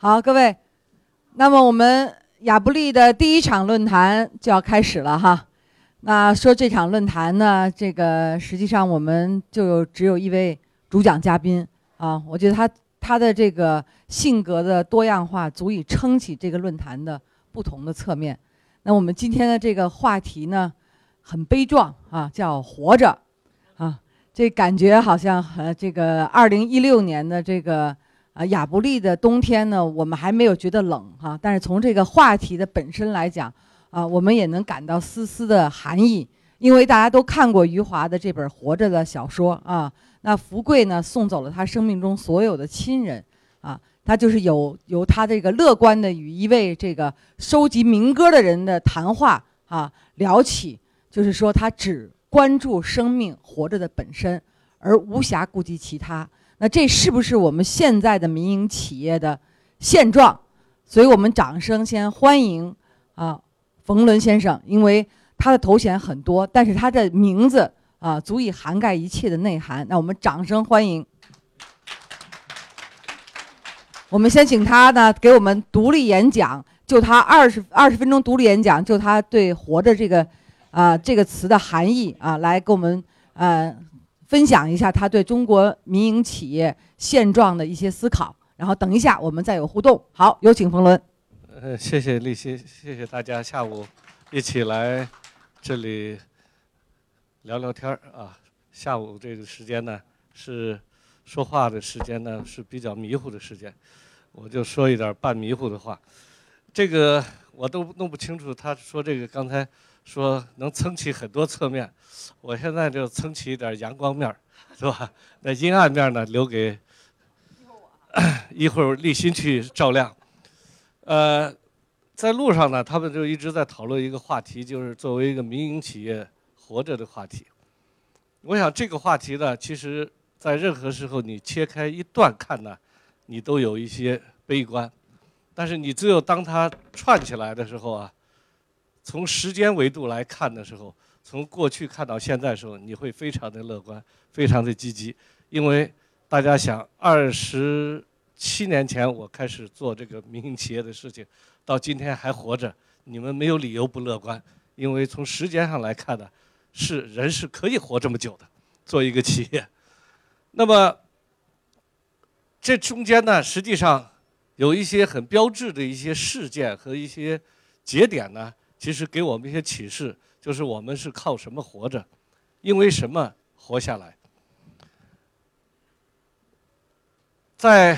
好，各位，那么我们亚布力的第一场论坛就要开始了哈。那说这场论坛呢，这个实际上我们只有一位主讲嘉宾啊，我觉得他的这个性格的多样化，足以撑起这个论坛的不同的侧面。那我们今天的这个话题呢，很悲壮啊，叫活着啊，这感觉好像这个2016年的这个亚布力的冬天呢，我们还没有觉得冷哈，但是从这个话题的本身来讲我们也能感到丝丝的寒意，因为大家都看过余华的这本《活着》的小说啊。那福贵呢送走了他生命中所有的亲人啊，他就是由他这个乐观的与一位这个收集民歌的人的谈话啊聊起，就是说他只关注生命活着的本身，而无暇顾及其他。那这是不是我们现在的民营企业的现状？所以我们掌声先欢迎冯仑先生，因为他的头衔很多，但是他的名字足以涵盖一切的内涵。那我们掌声欢迎。我们先请他呢给我们独立演讲，就他20分钟独立演讲，就他对活着这个词的含义来跟我们分享一下他对中国民营企业现状的一些思考，然后等一下我们再有互动。好，有请冯仑。 谢谢立新，谢谢大家下午一起来这里聊聊天啊。下午这个时间呢，是说话的时间呢，是比较迷糊的时间，我就说一点半迷糊的话。这个我都弄不清楚，他说这个刚才说能撑起很多侧面，我现在就撑起一点阳光面，是吧？那阴暗面呢，留给一会儿立新去照亮。在路上呢，他们就一直在讨论一个话题，就是作为一个民营企业活着的话题。我想这个话题呢，其实在任何时候你切开一段看呢，你都有一些悲观，但是你只有当它串起来的时候从时间维度来看的时候，从过去看到现在的时候，你会非常的乐观，非常的积极。因为大家想27年前我开始做这个民营企业的事情，到今天还活着，你们没有理由不乐观。因为从时间上来看呢，人是可以活这么久的，做一个企业。那么这中间呢，实际上有一些很标志的一些事件和一些节点呢，其实给我们一些启示，就是我们是靠什么活着，因为什么活下来。在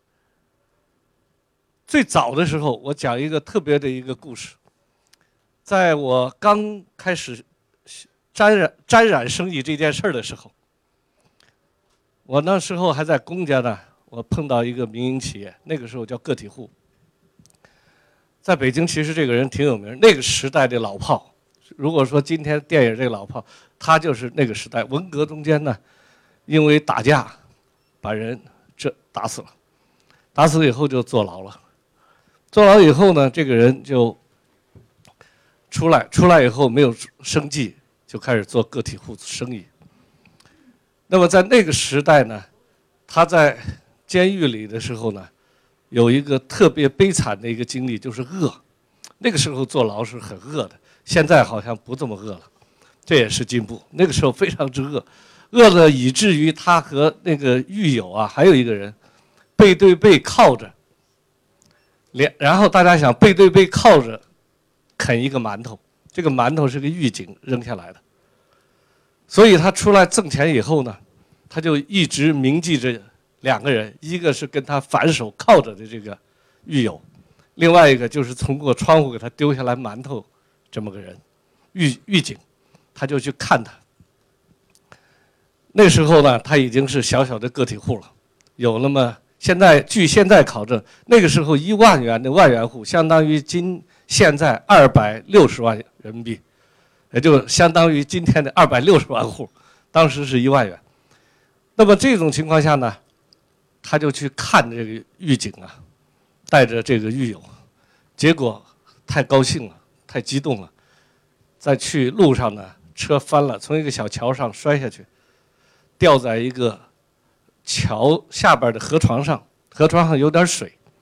最早的时候，我讲一个特别的一个故事。在我刚开始沾染生意这件事儿的时候，我那时候还在公家呢，我碰到一个民营企业，那个时候叫个体户。在北京，其实这个人挺有名，那个时代的老炮。如果说今天电影这个老炮，他就是那个时代。文革中间呢，因为打架，把人打死了，打死以后就坐牢了。坐牢以后呢，这个人就出来以后没有生计，就开始做个体户生意。那么在那个时代呢，他在监狱里的时候呢，有一个特别悲惨的一个经历，就是饿。那个时候坐牢是很饿的，现在好像不这么饿了，这也是进步。那个时候非常之饿，饿了以至于他和那个狱友还有一个人背对背靠着，然后大家想背对背靠着啃一个馒头，这个馒头是个狱警扔下来的。所以他出来挣钱以后呢，他就一直铭记着两个人，一个是跟他反手靠着的这个狱友，另外一个就是通过窗户给他丢下来馒头这么个人，狱警，他就去看他。那时候呢，他已经是小小的个体户了，有那么据现在考证，那个时候1万元的万元户，相当于现在260万人民币，也就相当于今天的260万户，当时是1万元。那么这种情况下呢，他就去看这个狱警带着这个狱友，结果太高兴了，太激动了，在去路上呢，车翻了，从一个小桥上摔下去，掉在一个桥下边的河床上，河床上有点水，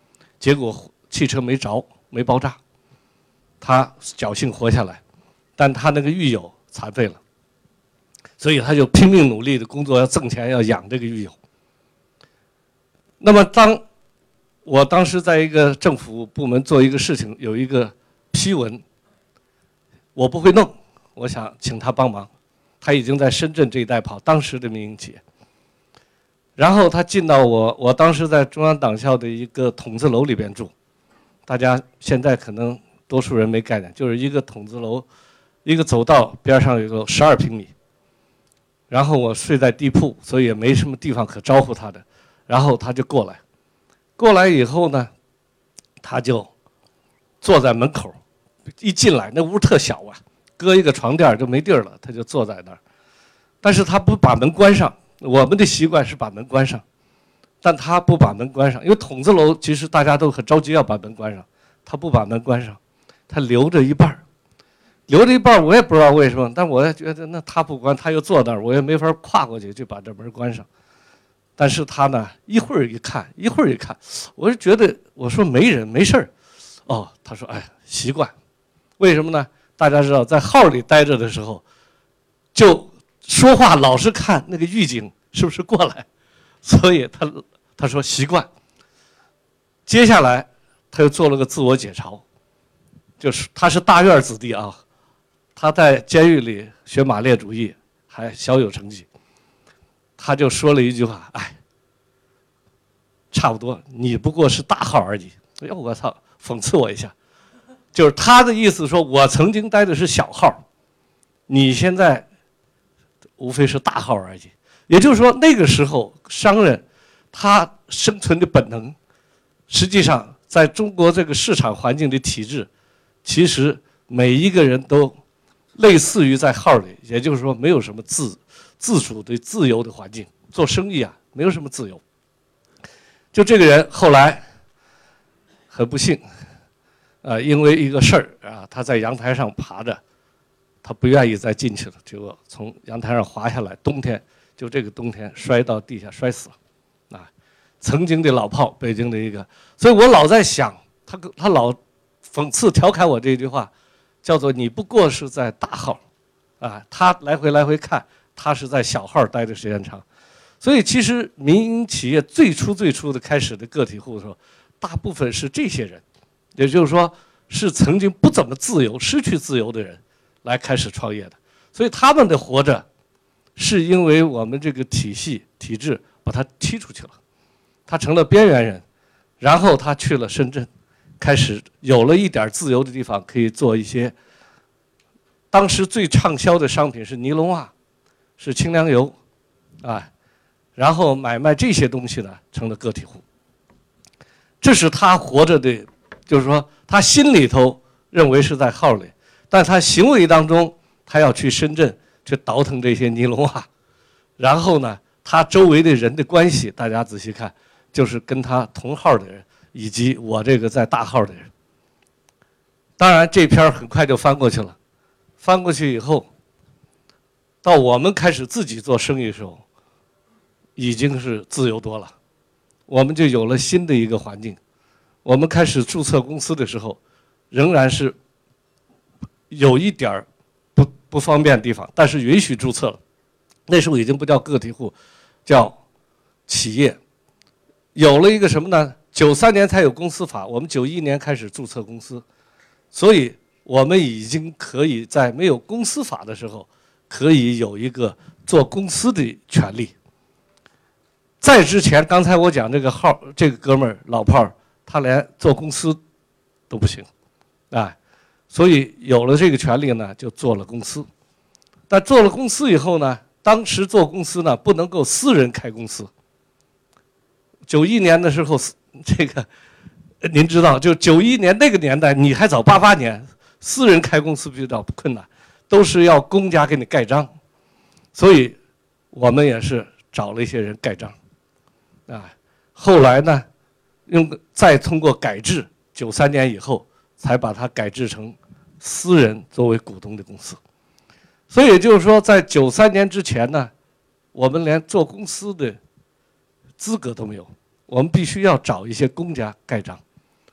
结果汽车没着，没爆炸，他侥幸活下来，但他那个狱友残废了，所以他就拼命努力的工作，要挣钱，要养这个狱友。那么我当时在一个政府部门做一个事情，有一个批文，我不会弄，我想请他帮忙。他已经在深圳这一带跑，当时的民营企业。然后他进到我当时在中央党校的一个筒子楼里边住，大家现在可能多数人没概念，就是一个筒子楼，一个走道边上有个12平米。然后我睡在地铺，所以也没什么地方可招呼他的。然后他就过来以后呢，他就坐在门口，一进来那屋特小啊，搁一个床垫就没地儿了，他就坐在那儿。但是他不把门关上，我们的习惯是把门关上，但他不把门关上，因为筒子楼其实大家都很着急要把门关上，他不把门关上，他留着一半我也不知道为什么，但我也觉得那他不关，他又坐那儿，我也没法跨过去就把这门关上。但是他呢，一会儿一看，我就觉得，我说没人没事儿，哦，他说哎习惯，为什么呢？大家知道在号里待着的时候，就说话老是看那个狱警是不是过来，所以他说习惯。接下来他又做了个自我解嘲，就是他是大院子弟啊，他在监狱里学马列主义，还小有成绩。他就说了一句话，哎，差不多，你不过是大号而已。哎呦，我操，讽刺我一下，就是他的意思说，我曾经待的是小号，你现在无非是大号而已。也就是说，那个时候商人他生存的本能，实际上在中国这个市场环境的体制，其实每一个人都类似于在号里，也就是说没有什么自主的自由的环境，做生意啊没有什么自由。就这个人后来很不幸，因为一个事儿啊，他在阳台上爬着，他不愿意再进去了，结果从阳台上滑下来，就这个冬天摔到地下摔死了，啊，曾经的老炮，北京的一个，所以我老在想，他老讽刺调侃我这句话，叫做你不过是在大号，啊，他来回看。他是在小号待的时间长，所以其实民营企业最初的开始的个体户的时候，大部分是这些人，也就是说是曾经不怎么自由、失去自由的人来开始创业的。所以他们的活着，是因为我们这个体制把他踢出去了，他成了边缘人，然后他去了深圳，开始有了一点自由的地方，可以做一些当时最畅销的商品是尼龙袜。是清凉油，啊，然后买卖这些东西呢，成了个体户。这是他活着的，就是说他心里头认为是在号里，但他行为当中，他要去深圳去倒腾这些尼龙袜，然后呢，他周围的人的关系，大家仔细看，就是跟他同号的人，以及我这个在大号的人。当然，这篇很快就翻过去了，翻过去以后。到我们开始自己做生意的时候，已经是自由多了，我们就有了新的一个环境。我们开始注册公司的时候，仍然是有一点不方便的地方，但是允许注册了。那时候已经不叫个体户，叫企业。有了一个什么呢？93年才有公司法，我们91年开始注册公司，所以我们已经可以在没有公司法的时候。可以有一个做公司的权利。在之前，刚才我讲这个号，这个哥们儿老炮儿，他连做公司都不行，哎，所以有了这个权利呢，就做了公司。但做了公司以后呢，当时做公司呢不能够私人开公司。91年的时候，这个您知道，就91年那个年代，你还早88年，私人开公司比较困难。都是要公家给你盖章，所以我们也是找了一些人盖章，啊，后来呢，再通过改制，93年以后才把它改制成私人作为股东的公司。所以也就是说，在93年之前呢，我们连做公司的资格都没有，我们必须要找一些公家盖章。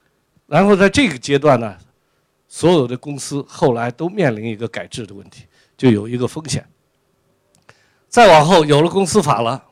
然后在这个阶段呢，所有的公司后来都面临一个改制的问题，就有一个风险。再往后有了公司法了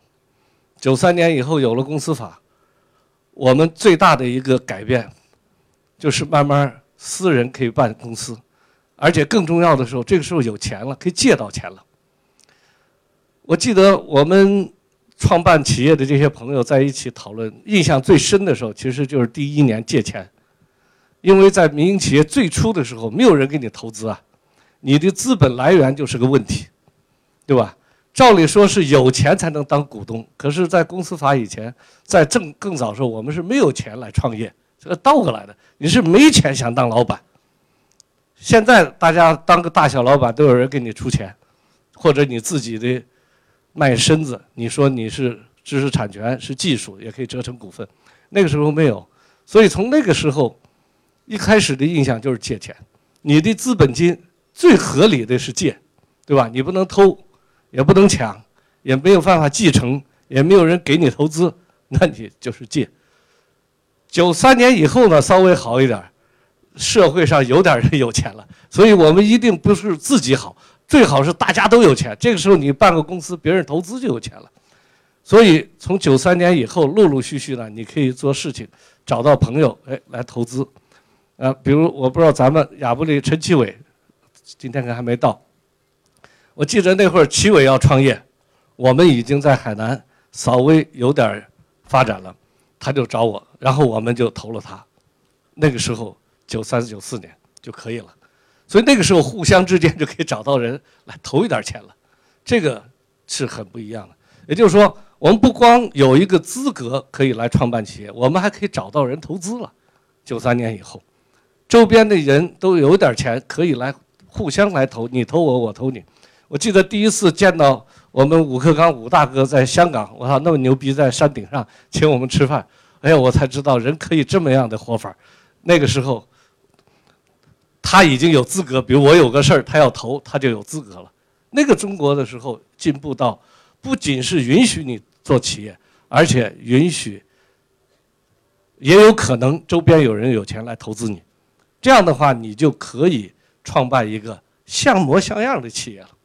，93年以后有了公司法，我们最大的一个改变就是慢慢私人可以办公司，而且更重要的时候，这个时候有钱了，可以借到钱了。我记得我们创办企业的这些朋友在一起讨论，印象最深的时候，其实就是第1年借钱。因为在民营企业最初的时候，没有人给你投资啊，你的资本来源就是个问题，对吧？照理说是有钱才能当股东，可是，在公司法以前，在更早的时候，我们是没有钱来创业，这个倒过来的，你是没钱想当老板。现在大家当个大小老板都有人给你出钱，或者你自己的卖身子，你说你是知识产权是技术，也可以折成股份。那个时候没有，所以从那个时候。一开始的印象就是借钱，你的资本金最合理的是借，对吧？你不能偷，也不能抢，也没有办法继承，也没有人给你投资，那你就是借。93年以后呢，稍微好一点，社会上有点人有钱了，所以我们一定不是自己好，最好是大家都有钱。这个时候你办个公司，别人投资就有钱了。所以从93年以后，陆陆续续呢，你可以做事情，找到朋友，来投资。比如我不知道咱们亚布力陈其伟，今天可能还没到。我记得那会儿齐伟要创业，我们已经在海南稍微有点发展了，他就找我，然后我们就投了他。那个时候93、94年就可以了，所以那个时候互相之间就可以找到人来投一点钱了，这个是很不一样的。也就是说，我们不光有一个资格可以来创办企业，我们还可以找到人投资了。93年以后。周边的人都有点钱，可以来互相来投，你投我，我投你。我记得第一次见到我们武克刚武大哥在香港，我操，那么牛逼，在山顶上请我们吃饭，哎呀，我才知道人可以这么样的活法。那个时候，他已经有资格，比如我有个事儿，他要投，他就有资格了。那个中国的时候进步到，不仅是允许你做企业，而且允许，也有可能周边有人有钱来投资你。这样的话，你就可以创办一个像模像样的企业了。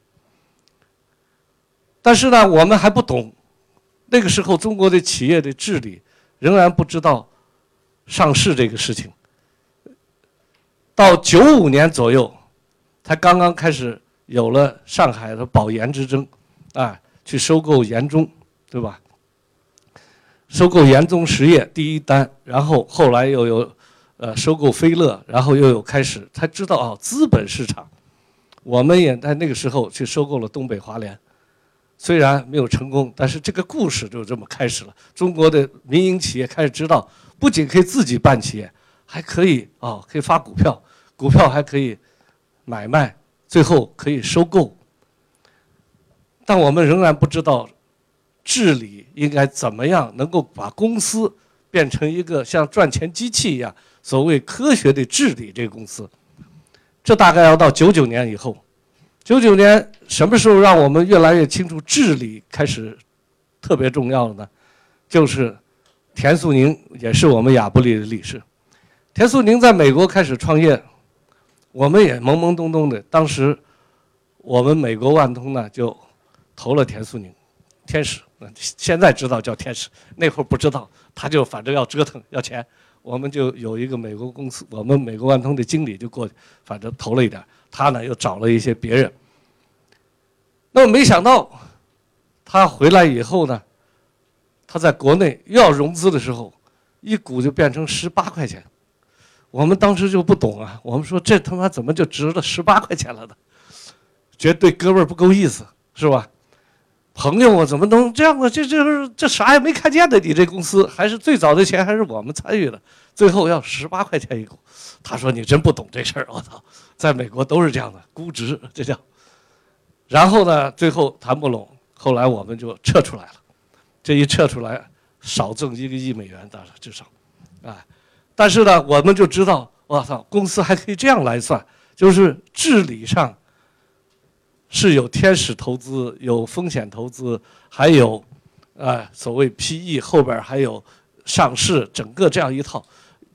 但是呢，我们还不懂，那个时候中国的企业的治理仍然不知道上市这个事情。到95年左右，才刚刚开始有了上海的保研之争，去收购研中，对吧？收购研中实业第一单，然后后来又有。收购飞乐，然后又有开始，才知道资本市场。我们也在那个时候去收购了东北华联，虽然没有成功，但是这个故事就这么开始了。中国的民营企业开始知道，不仅可以自己办企业，还可以可以发股票，股票还可以买卖，最后可以收购。但我们仍然不知道治理应该怎么样能够把公司变成一个像赚钱机器一样。所谓科学的治理这个公司，这大概要到99年以后。99年什么时候让我们越来越清楚治理开始特别重要了呢？就是田素宁也是我们亚布力的理事。田素宁在美国开始创业，我们也懵懵懂懂的。当时我们美国万通呢就投了田素宁，天使，现在知道叫天使，那会儿不知道，他就反正要折腾要钱。我们就有一个美国公司，我们美国万通的经理就过去，反正投了一点，他呢又找了一些别人。那么没想到，他回来以后呢，他在国内又要融资的时候，一股就变成18块钱。我们当时就不懂啊，我们说这他妈怎么就值了18块钱了呢？觉得对哥们儿不够意思，是吧？朋友啊，怎么能这样呢？这啥也没看见的，你这公司还是最早的钱还是我们参与的，最后要18块钱一股。他说你真不懂这事儿，我操，在美国都是这样的，估值这叫。然后呢，最后谈不拢，后来我们就撤出来了。这一撤出来，少挣1个亿美元，当然至少，但是呢，我们就知道，我操，公司还可以这样来算，就是治理上。是有天使投资，有风险投资，还有，所谓 PE 后边还有上市，整个这样一套，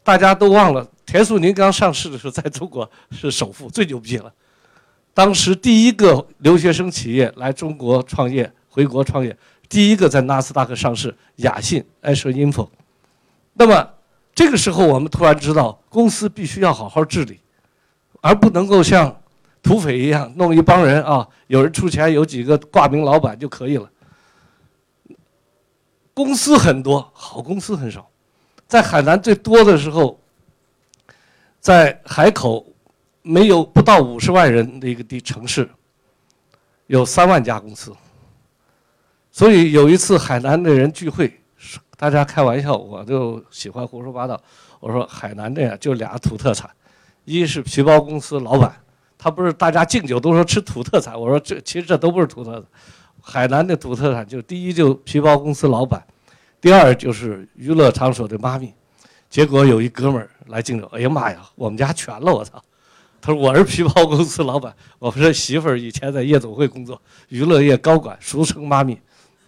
大家都忘了，田素宁刚上市的时候，在中国是首富，最牛逼了。当时第一个留学生企业来中国创业，回国创业，第一个在纳斯达克上市，雅信 Asher Info。那么这个时候，我们突然知道，公司必须要好好治理，而不能够像土匪一样弄一帮人啊，有人出钱，有几个挂名老板就可以了。公司很多，好公司很少。在海南最多的时候，在海口没有不到50万人的一个城市，有3万家公司。所以有一次海南的人聚会，大家开玩笑，我就喜欢胡说八道。我说海南这样就2土特产，一是皮包公司老板，他不是大家敬酒都说吃土特产，我说其实这都不是土特产。海南的土特产就第一就皮包公司老板，第二就是娱乐场所的妈咪。结果有一哥们儿来敬酒，哎呀妈呀，我们家全了，我操！他说我是皮包公司老板，我们这媳妇儿以前在夜总会工作，娱乐业高管，俗称妈咪。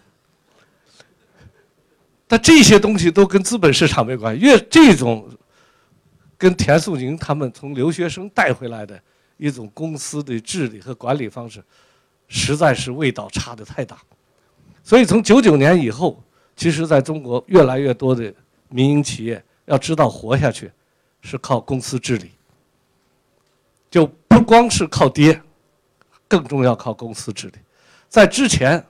但这些东西都跟资本市场没关系，越这种跟田素宁他们从留学生带回来的一种公司的治理和管理方式，实在是味道差得太大。所以从99年以后，其实在中国越来越多的民营企业要知道活下去，是靠公司治理，就不光是靠爹，更重要靠公司治理。在之前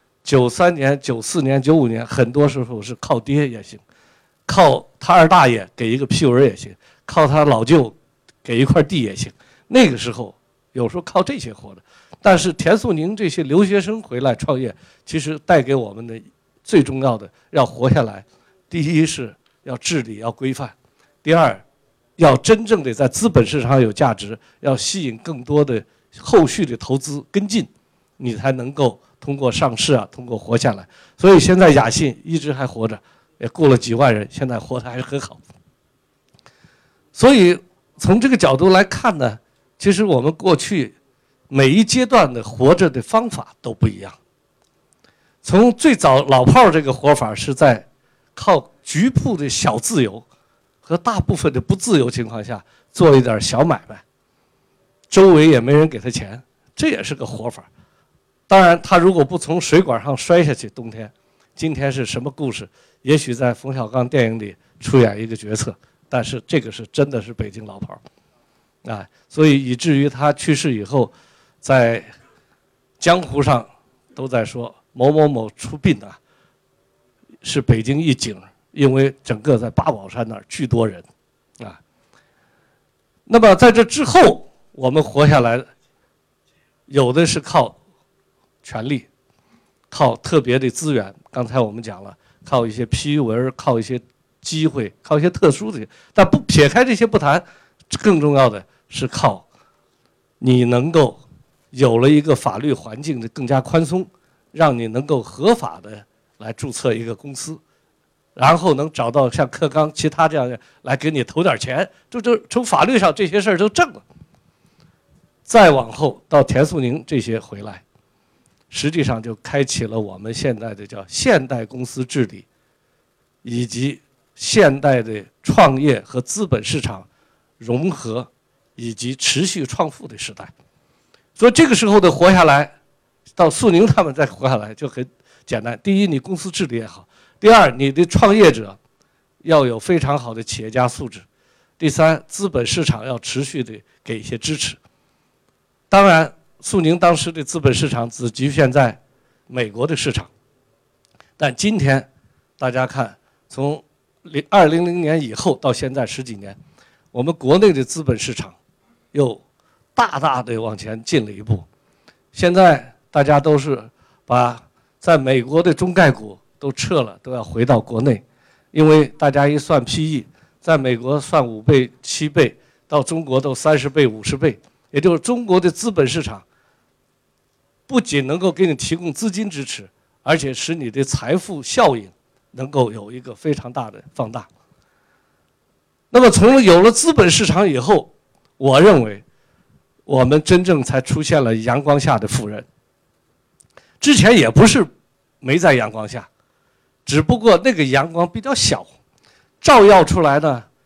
，93年、94年、95年，很多时候是靠爹也行，靠他二大爷给一个屁文也行，靠他老舅给一块地也行。那个时候有时候靠这些活的。但是田素宁这些留学生回来创业，其实带给我们的最重要的要活下来，第一是要治理要规范，第二要真正的在资本市场有价值，要吸引更多的后续的投资跟进，你才能够通过上市啊，通过活下来。所以现在雅信一直还活着，也雇了几万人，现在活得还是很好。所以从这个角度来看呢，其实我们过去每一阶段的活着的方法都不一样。从最早老炮这个活法是在靠局部的小自由和大部分的不自由情况下做一点小买卖，周围也没人给他钱，这也是个活法。当然他如果不从水管上摔下去，冬天今天是什么故事，也许在冯小刚电影里出演一个角色，但是这个是真的是北京老炮啊，所以以至于他去世以后，在江湖上都在说某某某出殡啊，是北京一景，因为整个在八宝山那儿巨多人啊。那么在这之后，我们活下来，有的是靠权力，靠特别的资源。刚才我们讲了，靠一些批文，靠一些机会，靠一些特殊的。但不撇开这些不谈，更重要的是靠你能够有了一个法律环境的更加宽松，让你能够合法的来注册一个公司，然后能找到像克刚其他这样的来给你投点钱，就从法律上这些事儿都正了。再往后到田素宁这些回来，实际上就开启了我们现在的叫现代公司治理，以及现代的创业和资本市场融合以及持续创富的时代。所以这个时候的活下来，到素宁他们再活下来就很简单。第一，你公司治理也好；第二，你的创业者要有非常好的企业家素质；第三，资本市场要持续的给一些支持。当然，素宁当时的资本市场只局限在美国的市场，但今天大家看，从2000年以后到现在10几年，我们国内的资本市场又大大的往前进了一步。现在大家都是把在美国的中概股都撤了，都要回到国内，因为大家一算 PE， 在美国算5倍、7倍，到中国都30倍、50倍。也就是中国的资本市场不仅能够给你提供资金支持，而且使你的财富效应能够有一个非常大的放大。那么从有了资本市场以后，我认为我们真正才出现了阳光下的富人。之前也不是没在阳光下，只不过那个阳光比较小，照耀出来呢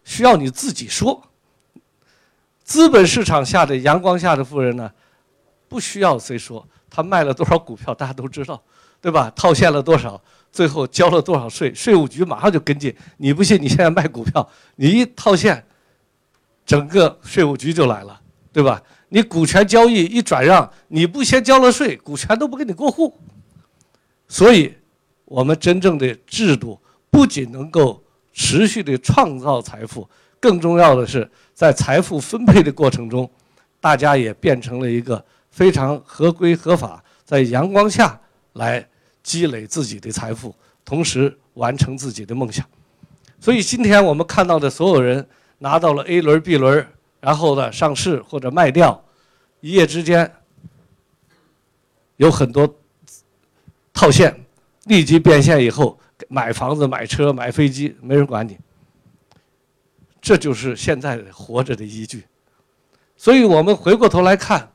需要你自己说。资本市场下的阳光下的富人呢，不需要谁说，他卖了多少股票大家都知道，对吧？套现了多少，最后交了多少税，税务局马上就跟进。你不信，你现在卖股票，你一套现，整个税务局就来了，对吧？你股权交易一转让，你不先交了税，股权都不给你过户。所以，我们真正的制度不仅能够持续的创造财富，更重要的是，在财富分配的过程中，大家也变成了一个非常合规合法，在阳光下来积累自己的财富，同时完成自己的梦想。所以今天我们看到的所有人拿到了 A 轮、B 轮，然后呢上市或者卖掉，一夜之间有很多套现，立即变现以后买房子、买车、买飞机，没人管你。这就是现在的活着的依据。所以我们回过头来看，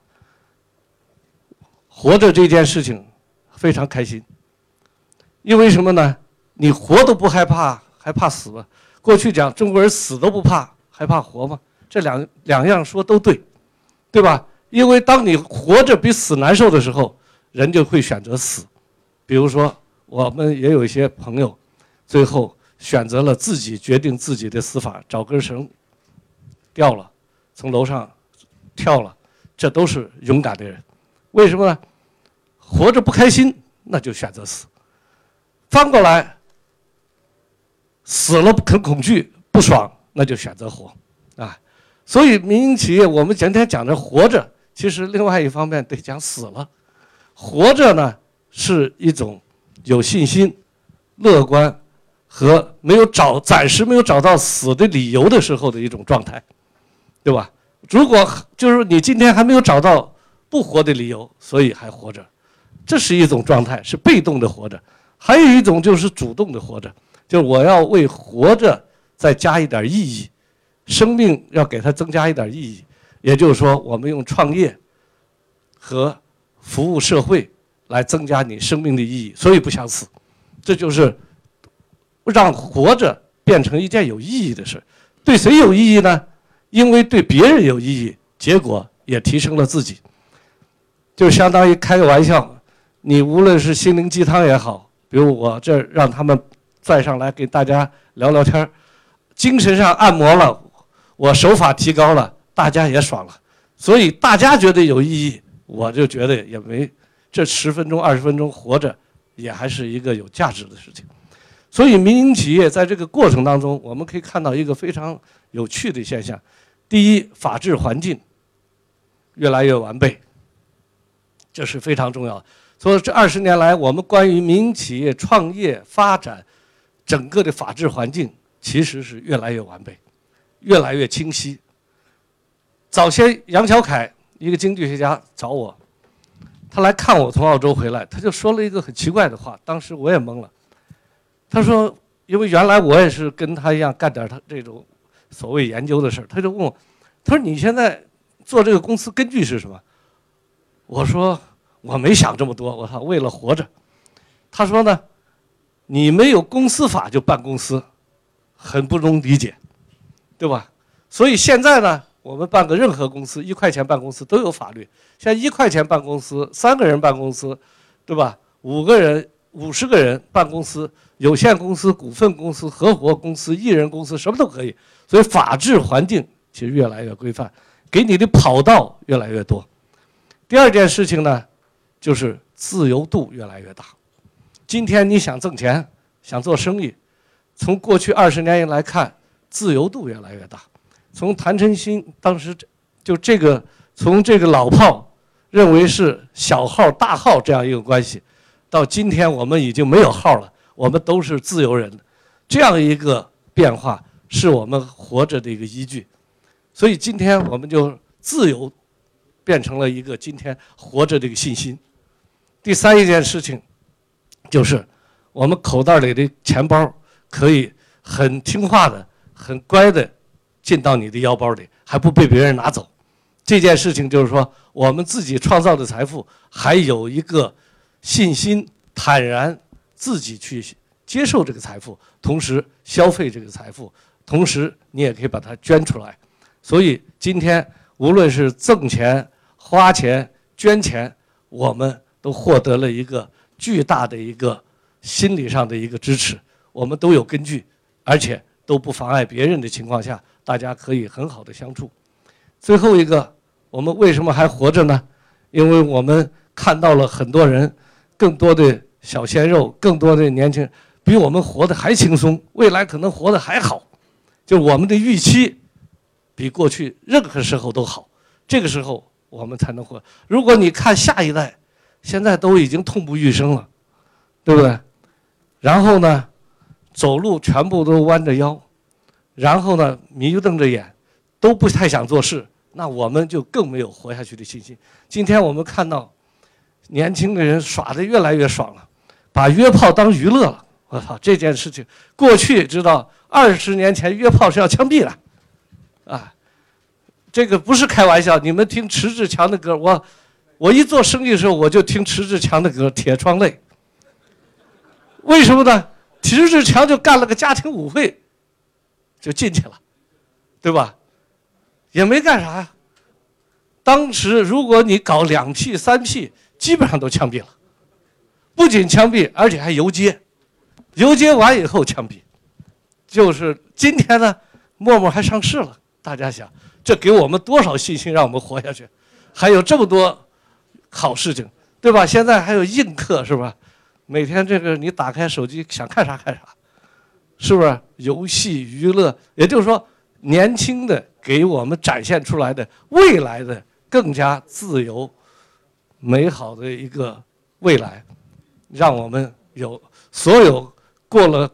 活着这件事情非常开心，因为什么呢？你活都不害怕，还怕死吗？过去讲中国人死都不怕，还怕活吗？这两样说都对，对吧？因为当你活着比死难受的时候，人就会选择死。比如说，我们也有一些朋友，最后选择了自己决定自己的死法，找根绳掉了，从楼上跳了，这都是勇敢的人。为什么呢？活着不开心，那就选择死。翻过来，死了很恐惧不爽，那就选择活啊。所以民营企业我们今天讲着活着，其实另外一方面得讲死了。活着呢是一种有信心、乐观和暂时没有找到死的理由的时候的一种状态，对吧？如果就是你今天还没有找到不活的理由，所以还活着，这是一种状态，是被动的活着。还有一种就是主动的活着，就是我要为活着再加一点意义，生命要给它增加一点意义。也就是说，我们用创业和服务社会来增加你生命的意义，所以不想死。这就是让活着变成一件有意义的事。对谁有意义呢？因为对别人有意义，结果也提升了自己。就相当于开个玩笑，你无论是心灵鸡汤也好，比如我这让他们拽上来给大家聊聊天，精神上按摩了，我手法提高了，大家也爽了。所以大家觉得有意义，我就觉得也没这10分钟、20分钟活着，也还是一个有价值的事情。所以民营企业在这个过程当中，我们可以看到一个非常有趣的现象：第一，法治环境越来越完备，这是非常重要的。所以这20年来，我们关于民营企业创业发展整个的法治环境其实是越来越完备，越来越清晰。早先杨小凯一个经济学家找我，他来看我从澳洲回来，他就说了一个很奇怪的话，当时我也懵了。他说，因为原来我也是跟他一样干点他这种所谓研究的事儿，他就问我，他说你现在做这个公司根据是什么？我说我没想这么多，我操，为了活着。他说呢，你没有公司法就办公司，很不容理解，对吧？所以现在呢，我们办个任何公司，1块钱办公司都有法律。现在1块钱办公司，3个人办公司，对吧？5个人、50个人办公司，有限公司、股份公司、合伙公司、一人公司，什么都可以。所以法治环境其实越来越规范，给你的跑道越来越多。第二件事情呢，就是自由度越来越大。今天你想挣钱，想做生意，从过去20年来看，自由度越来越大。从谭晨星当时就从这个老炮认为是小号大号这样一个关系，到今天我们已经没有号了，我们都是自由人，这样一个变化是我们活着的一个依据。所以今天我们就自由变成了一个今天活着的一个信心。第三一件事情就是我们口袋里的钱包可以很听话的、很乖的进到你的腰包里，还不被别人拿走。这件事情就是说，我们自己创造的财富还有一个信心、坦然自己去接受这个财富，同时消费这个财富， 同时你也可以把它捐出来。所以今天无论是赠钱、花钱、捐钱，我们都获得了一个巨大的一个心理上的一个支持，我们都有根据，而且都不妨碍别人的情况下，大家可以很好的相处。最后一个，我们为什么还活着呢？因为我们看到了很多人，更多的小鲜肉，更多的年轻人比我们活得还轻松，未来可能活得还好，就我们的预期比过去任何时候都好，这个时候我们才能活。如果你看下一代，现在都已经痛不欲生了，对不对？然后呢，走路全部都弯着腰，然后呢，迷瞪着眼，都不太想做事，那我们就更没有活下去的信心。今天我们看到年轻的人耍得越来越爽了，把约炮当娱乐了。我操，这件事情过去知道20年前约炮是要枪毙的，啊，这个不是开玩笑。你们听迟志强的歌，我一做生意的时候我就听迟志强的歌《铁窗泪》。为什么呢？迟志强就干了个家庭舞会，就进去了，对吧？也没干啥呀。当时如果你搞2P、3P，基本上都枪毙了，不仅枪毙，而且还游街，游街完以后枪毙。就是今天呢，陌陌还上市了，大家想，这给我们多少信心，让我们活下去？还有这么多好事情，对吧？现在还有映客，是吧？每天这个你打开手机想看啥看啥，是不是？游戏娱乐，也就是说，年轻的给我们展现出来的未来的更加自由、美好的一个未来，让我们有所有过了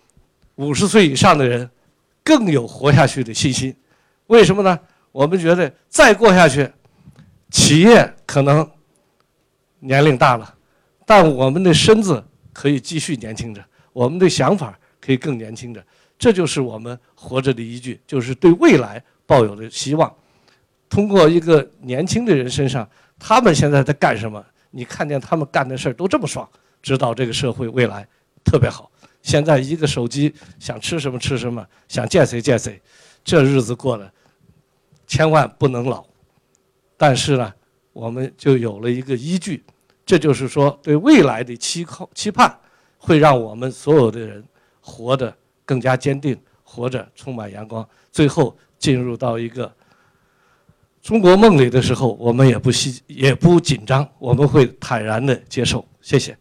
50岁以上的人更有活下去的信心。为什么呢？我们觉得再过下去，企业可能年龄大了，但我们的身子可以继续年轻着，我们的想法可以更年轻着。这就是我们活着的依据，就是对未来抱有的希望。通过一个年轻的人身上，他们现在在干什么？你看见他们干的事儿都这么爽，知道这个社会未来特别好。现在一个手机，想吃什么吃什么，想见谁见谁，这日子过得千万不能老。但是呢，我们就有了一个依据，这就是说对未来的期盼，会让我们所有的人活得更加坚定，活着充满阳光。最后进入到一个中国梦里的时候，我们也不紧张，我们会坦然的接受。谢谢。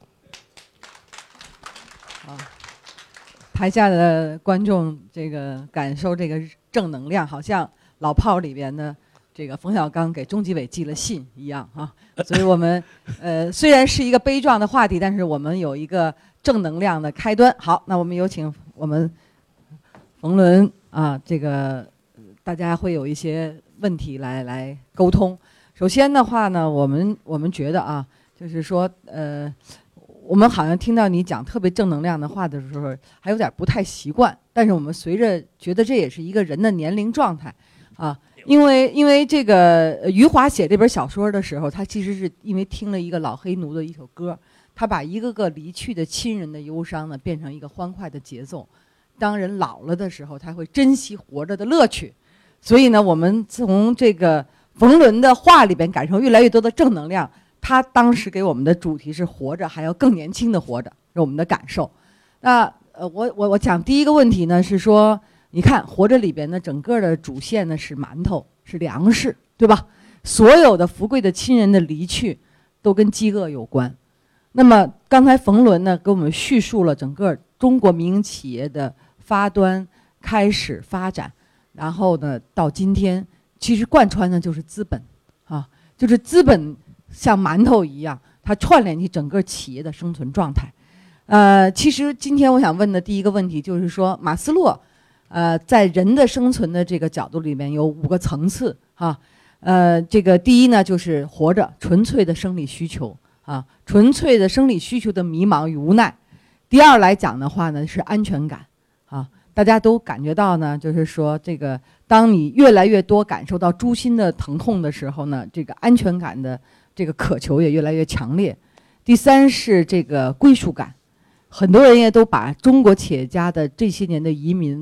台下的观众这个感受这个正能量，好像老炮儿里边的这个冯小刚给中纪委寄了信一样啊。所以我们虽然是一个悲壮的话题，但是我们有一个正能量的开端。好，那我们有请我们冯仑啊，这个大家会有一些问题来沟通。首先的话呢，我们觉得啊，就是说我们好像听到你讲特别正能量的话的时候，还有点不太习惯。但是我们随着觉得这也是一个人的年龄状态啊，因为这个余华写这本小说的时候，他其实是因为听了一个老黑奴的一首歌，他把一个个离去的亲人的忧伤呢变成一个欢快的节奏。当人老了的时候，他会珍惜活着的乐趣。所以呢，我们从这个冯仑的话里边感受越来越多的正能量。他当时给我们的主题是活着，还要更年轻的活着，是我们的感受。那我讲第一个问题呢是说，你看活着里边的整个的主线呢是馒头，是粮食，对吧？所有的福贵的亲人的离去，都跟饥饿有关。那么刚才冯仑呢给我们叙述了整个中国民营企业的发端、开始、发展，然后呢到今天，其实贯穿的就是资本啊，就是资本。像馒头一样，它串联起整个企业的生存状态。其实今天我想问的第一个问题就是说，马斯洛，在人的生存的这个角度里面有5个层次啊。这个第一呢就是活着，纯粹的生理需求啊，纯粹的生理需求的迷茫与无奈。第二来讲的话呢是安全感啊，大家都感觉到呢，就是说这个当你越来越多感受到诛心的疼痛的时候呢，这个安全感的这个渴求也越来越强烈。第三是这个归属感，很多人也都把中国企业家的这些年的移民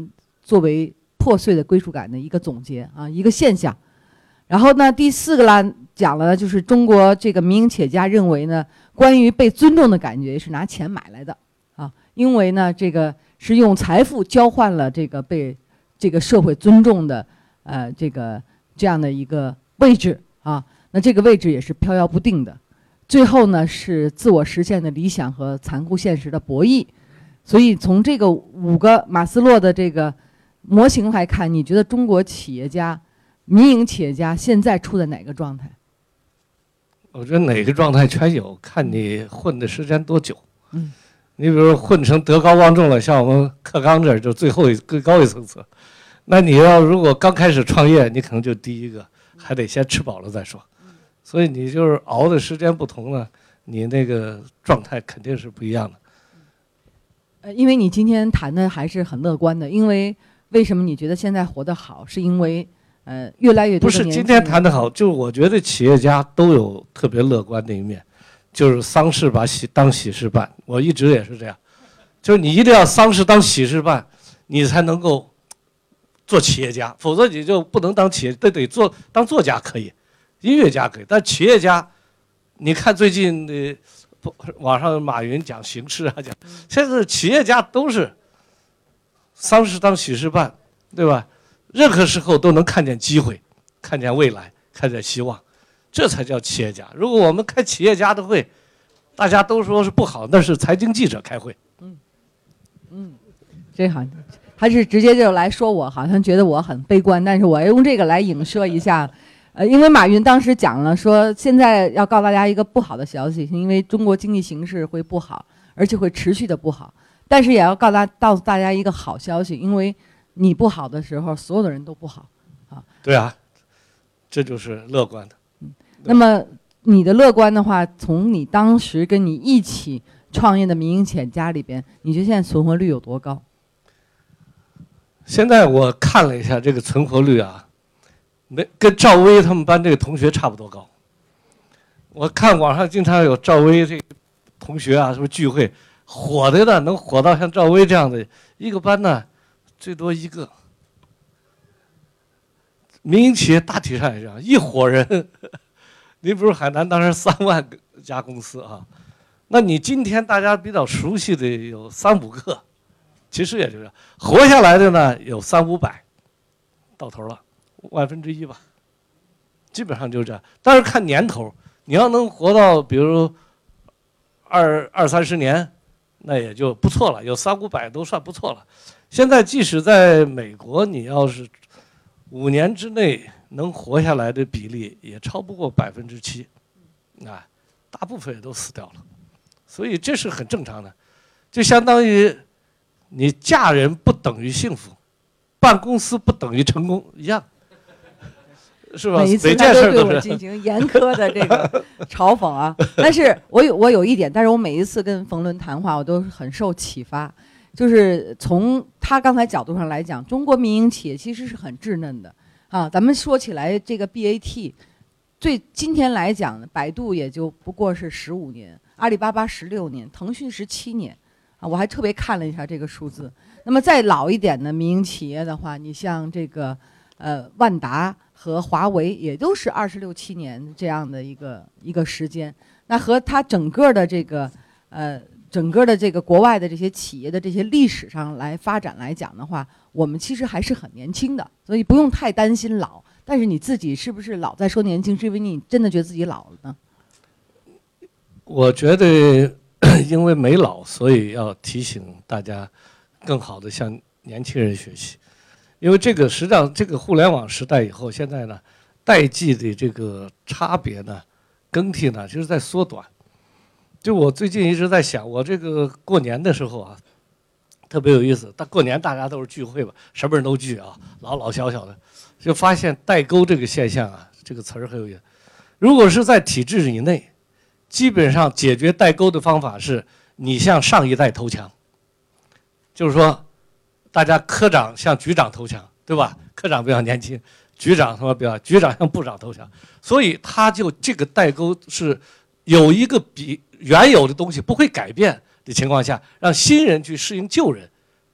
作为破碎的归属感的一个总结啊，一个现象。然后呢，第4个啦，讲了就是中国这个民营企业家认为呢，关于被尊重的感觉是拿钱买来的啊，因为呢，这个是用财富交换了这个被这个社会尊重的这样的一个位置啊，那这个位置也是飘摇不定的。最后呢，是自我实现的理想和残酷现实的博弈。所以从这个5个马斯洛的这个模型来看，你觉得中国企业家、民营企业家现在处在哪个状态？ 我觉得哪个状态全有，看你混的时间多久。 嗯， 你比如混成德高望重了，像我们克刚这儿就最后更高一层次。那你要如果刚开始创业，你可能就第一个，还得先吃饱了再说。所以你就是熬的时间不同了，你那个状态肯定是不一样的。 因为你今天谈的还是很乐观的，因为为什么你觉得现在活得好，是因为越来越多的年轻人。 不是今天谈得好，就是我觉得企业家都有特别乐观的一面，就是丧事把当喜事办。我一直也是这样，就是你一定要丧事当喜事办，你才能够做企业家，否则你就不能当企业，得当作家可以，音乐家可以，但企业家，你看最近的网上马云讲形势啊，讲现在企业家都是丧事当喜事办，对吧？任何时候都能看见机会，看见未来，看见希望，这才叫企业家。如果我们开企业家的会，大家都说是不好，那是财经记者开会。 这好，他是直接就来说我好像觉得我很悲观，但是我用这个来影射一下。因为马云当时讲了说，现在要告大家一个不好的消息，因为中国经济形势会不好，而且会持续的不好。但是也要告诉大家一个好消息，因为你不好的时候，所有的人都不好啊。 对啊，这就是乐观的。 那么你的乐观的话，从你当时跟你一起创业的民营企业家里边，你觉得现在存活率有多高？ 现在我看了一下这个存活率啊，跟赵薇他们班这个同学差不多高。我看网上经常有赵薇这个同学啊，什么聚会火的呢，能火到像赵薇这样的一个班呢，最多1个。民营企业大体上也这样，一伙人。你比如海南当时3万家公司啊，那你今天大家比较熟悉的有3、5个，其实也就是活下来的呢有3、500，到头了1/1000吧，基本上就是这样。但是看年头，你要能活到比如20、30年，那也就不错了，有3、500都算不错了。现在即使在美国，你要是5年之内能活下来的比例也超不过7%，啊，大部分也都死掉了，所以这是很正常的，就相当于你嫁人不等于幸福，办公司不等于成功一样，是吧？ 每一次他都对我进行严苛的这个嘲讽啊。但是我有一点，但是我每一次跟冯仑谈话，我都很受启发。就是从他刚才角度上来讲，中国民营企业其实是很稚嫩的啊。咱们说起来，这个 BAT， 今天来讲，百度也就不过是15年，阿里巴巴16年，腾讯17年啊。我还特别看了一下这个数字。那么再老一点的民营企业的话，你像这个万达和华为，也都是26、27年这样的一个时间。那和它整个的这个国外的这些企业的这些历史上来发展来讲的话，我们其实还是很年轻的，所以不用太担心老。但是你自己是不是老在说年轻，是因为你真的觉得自己老了呢？ 我觉得因为没老，所以要提醒大家更好的向年轻人学习。因为实际上这个互联网时代以后，现在呢代际的这个差别呢更替呢就是在缩短。就我最近一直在想，我这个过年的时候啊，特别有意思。过年大家都是聚会吧，什么人都聚啊，老小的，就发现代沟这个现象啊，这个词儿很有意思。如果是在体制以内，基本上解决代沟的方法是你向上一代投降，就是说，大家科长向局长投降，对吧？科长比较年轻，局长局长向部长投降，所以他就这个代沟是有一个比原有的东西不会改变的情况下，让新人去适应旧人，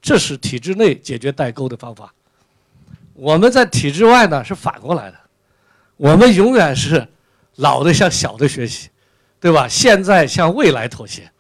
这是体制内解决代沟的方法。我们在体制外呢是反过来的，我们永远是老的向小的学习，对吧？现在向未来妥协，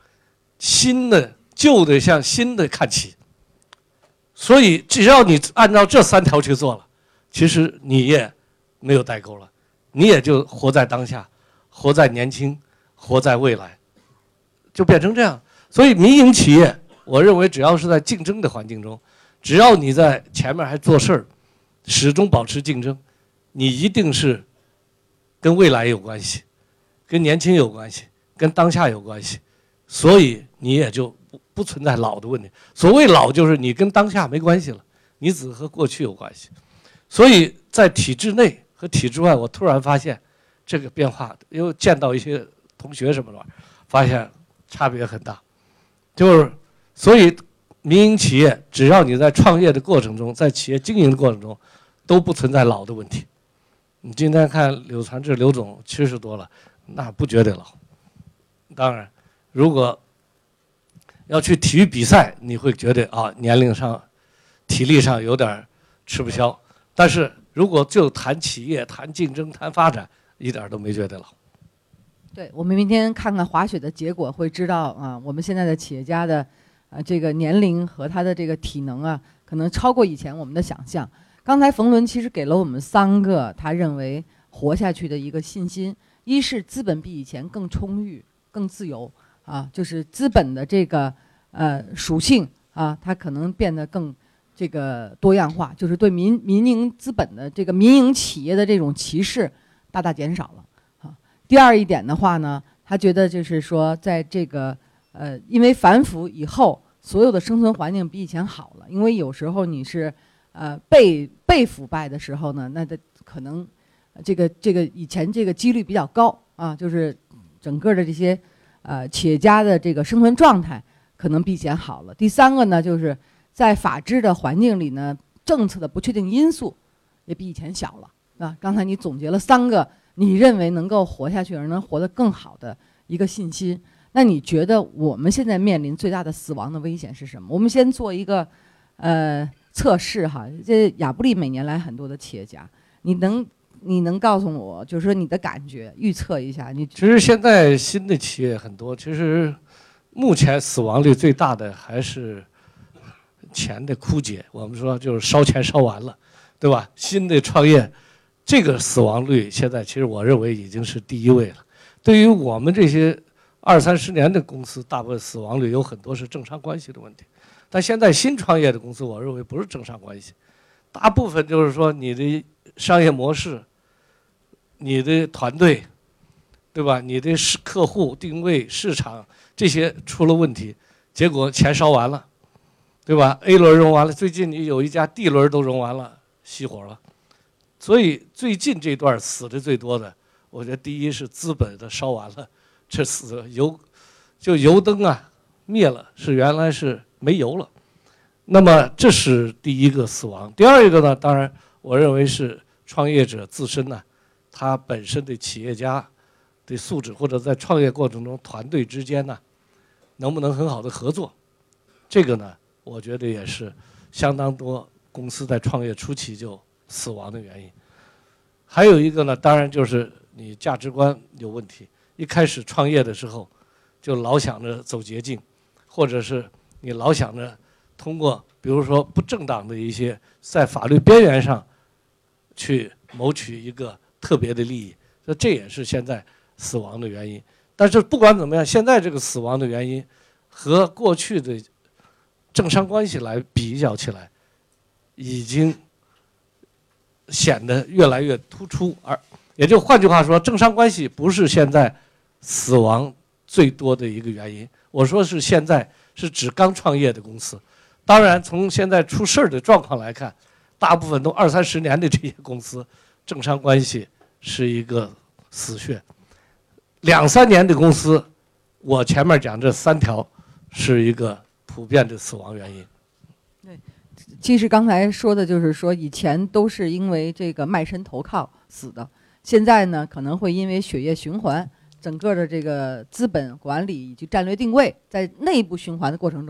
旧的向新的看齐。所以只要你按照这3条去做了，其实你也没有代沟了，你也就活在当下，活在年轻，活在未来，就变成这样。所以民营企业，我认为只要是在竞争的环境中，只要你在前面还做事儿，始终保持竞争，你一定是跟未来有关系，跟年轻有关系，跟当下有关系，所以你也就不存在老的问题。所谓老，就是你跟当下没关系了，你只和过去有关系。所以在体制内和体制外，我突然发现这个变化，又见到一些同学什么的，发现差别很大。就是所以民营企业，只要你在创业的过程中，在企业经营的过程中，都不存在老的问题。你今天看柳传志刘总70多了，那不觉得老。当然，如果要去体育比赛，你会觉得啊，年龄上、体力上有点吃不消。但是如果就谈企业、谈竞争、谈发展，一点都没觉得老。 对，我们明天看看滑雪的结果，会知道啊，我们现在的企业家的这个年龄和他的这个体能啊，可能超过以前我们的想象。刚才冯仑其实给了我们3个他认为活下去的一个信心：一是资本比以前更充裕、更自由啊，就是资本的这个属性啊，它可能变得更这个多样化，就是对民营资本的这个民营企业的这种歧视大大减少了。第二一点的话呢，他觉得就是说，在这个因为反腐以后，所有的生存环境比以前好了。因为有时候你是被腐败的时候呢，那的可能这个以前这个几率比较高啊，就是整个的这些企业家的这个生存状态可能比以前好了。第3个呢，就是在法治的环境里呢，政策的不确定因素也比以前小了啊。刚才你总结了3个。你认为能够活下去而能活得更好的一个信心，那你觉得我们现在面临最大的死亡的危险是什么？我们先做一个测试哈。这亚布力每年来很多的企业家，你能告诉我，就是说你的感觉，预测一下？ 其实现在新的企业很多，其实目前死亡率最大的还是钱的枯竭，我们说就是烧钱烧完了，对吧？新的创业。这个死亡率现在其实我认为已经是第1位了。对于我们这些20-30年的公司，大部分死亡率有很多是政商关系的问题。但现在新创业的公司，我认为不是政商关系，大部分就是说你的商业模式、你的团队，对吧？你的客户定位、市场这些出了问题，结果钱烧完了，对吧 ？A 轮融完了，最近你有一家 D 轮都融完了，熄火了。所以最近这段死的最多的，我觉得第一是资本的烧完了，这死油灯啊灭了，是原来是没油了。那么这是第1个死亡。第2个呢，当然我认为是创业者自身呢，他本身的企业家的素质，或者在创业过程中团队之间呢，能不能很好的合作，这个呢，我觉得也是相当多公司在创业初期就死亡的原因。还有一个呢，当然就是你价值观有问题，一开始创业的时候就老想着走捷径，或者是你老想着通过比如说不正当的一些在法律边缘上去谋取一个特别的利益，这也是现在死亡的原因。但是不管怎么样，现在这个死亡的原因和过去的政商关系来比较起来，已经显得越来越突出，也就换句话说，政商关系不是现在死亡最多的一个原因。我说是现在是指刚创业的公司，当然从现在出事儿的状况来看，大部分都20-30年的这些公司，政商关系是一个死穴。2-3年的公司，我前面讲这3条是一个普遍的死亡原因。 对。其实刚才说的就是说，以前都是因为这个卖身投靠死的，现在呢可能会因为血液循环，整个的这个资本管理以及战略定位，在内部循环的过程中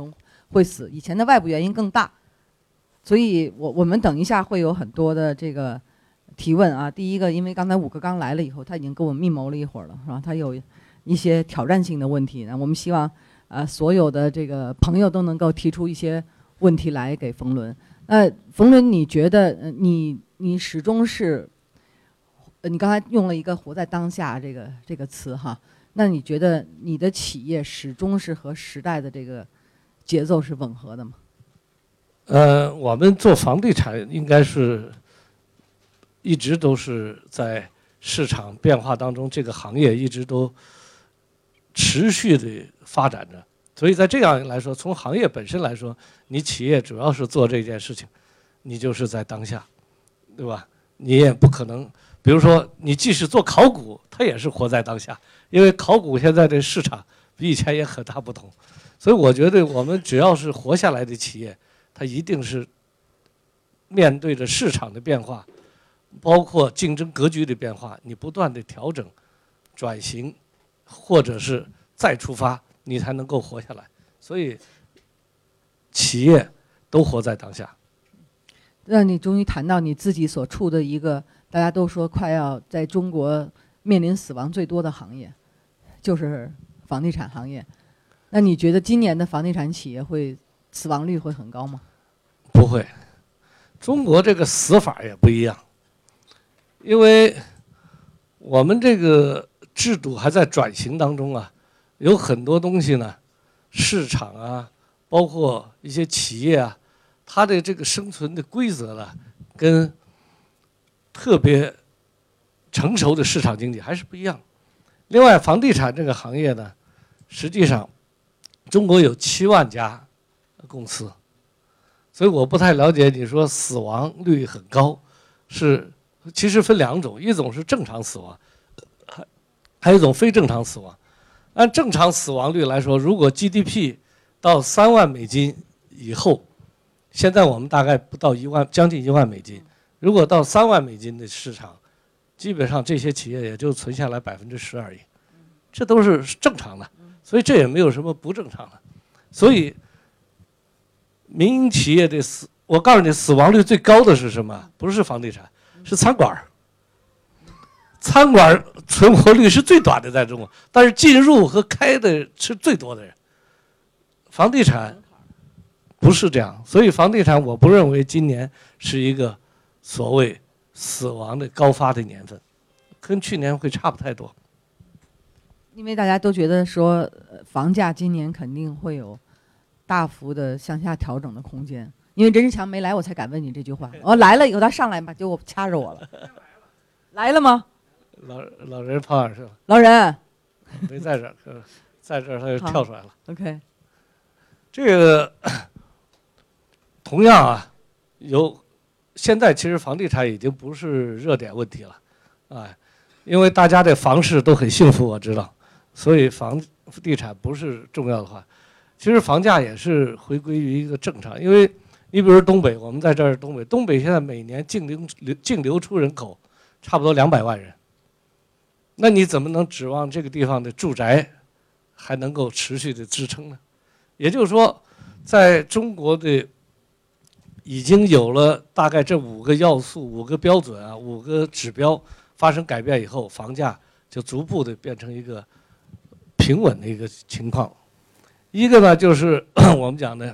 会死，以前的外部原因更大。所以我们等一下会有很多的这个提问啊。第一个，因为刚才武哥刚来了以后，他已经跟我密谋了一会儿了，是吧？他有一些挑战性的问题，那我们希望所有的这个朋友都能够提出一些问题来给冯仑。冯仑，你觉得你始终是，你刚才用了一个"活在当下"这个词哈，那你觉得你的企业始终是和时代的这个节奏是吻合的吗？ 我们做房地产应该是一直都是在市场变化当中，这个行业一直都持续的发展着。所以在这样来说，从行业本身来说，你企业主要是做这件事情，你就是在当下，对吧？你也不可能，比如说你即使做考古，它也是活在当下，因为考古现在的市场比以前也很大不同。所以我觉得我们只要是活下来的企业，它一定是面对着市场的变化，包括竞争格局的变化，你不断的调整、转型，或者是再出发，你才能够活下来。所以，企业都活在当下。 让你终于谈到你自己所处的一个大家都说快要在中国面临死亡最多的行业，就是房地产行业。那你觉得今年的房地产企业死亡率会很高吗？ 不会，中国这个死法也不一样，因为我们这个制度还在转型当中啊，有很多东西呢，市场啊，包括一些企业啊，它的这个生存的规则呢，跟特别成熟的市场经济还是不一样。另外，房地产这个行业呢，实际上中国有7万家公司。所以我不太了解你说死亡率很高，其实分2种，一种是正常死亡，还有一种非正常死亡。按正常死亡率来说，如果 GDP 到3万美金以后，现在我们大概不到将近1万美金，如果到3万美金的市场，基本上这些企业也就存下来10%而已，这都是正常的，所以这也没有什么不正常的。所以民营企业的我告诉你，死亡率最高的是什么？不是房地产，是餐馆。餐馆存活率是最短的，在中国，但是进入和开的是最多的人。房地产不是这样，所以房地产我不认为今年是一个所谓死亡的高发的年份，跟去年会差不太多。 因为大家都觉得说，房价今年肯定会有大幅的向下调整的空间。因为任志强没来，我才敢问你这句话。来了以后他上来吧，结果掐着我了。来了吗？ 老人跑哪儿去了？ 老人没在这儿，在这儿他就跳出来了。 OK， 这个同样啊，现在其实房地产已经不是热点问题了，因为大家的房市都很幸福，我知道，所以房地产不是重要的话，其实房价也是回归于一个正常。因为你比如东北，我们在这儿东北现在每年净流出人口差不多200万人，那你怎么能指望这个地方的住宅还能够持续的支撑呢？也就是说，在中国的已经有了大概这5个要素、5个标准啊、5个指标发生改变以后，房价就逐步的变成一个平稳的一个情况。一个呢，就是我们讲的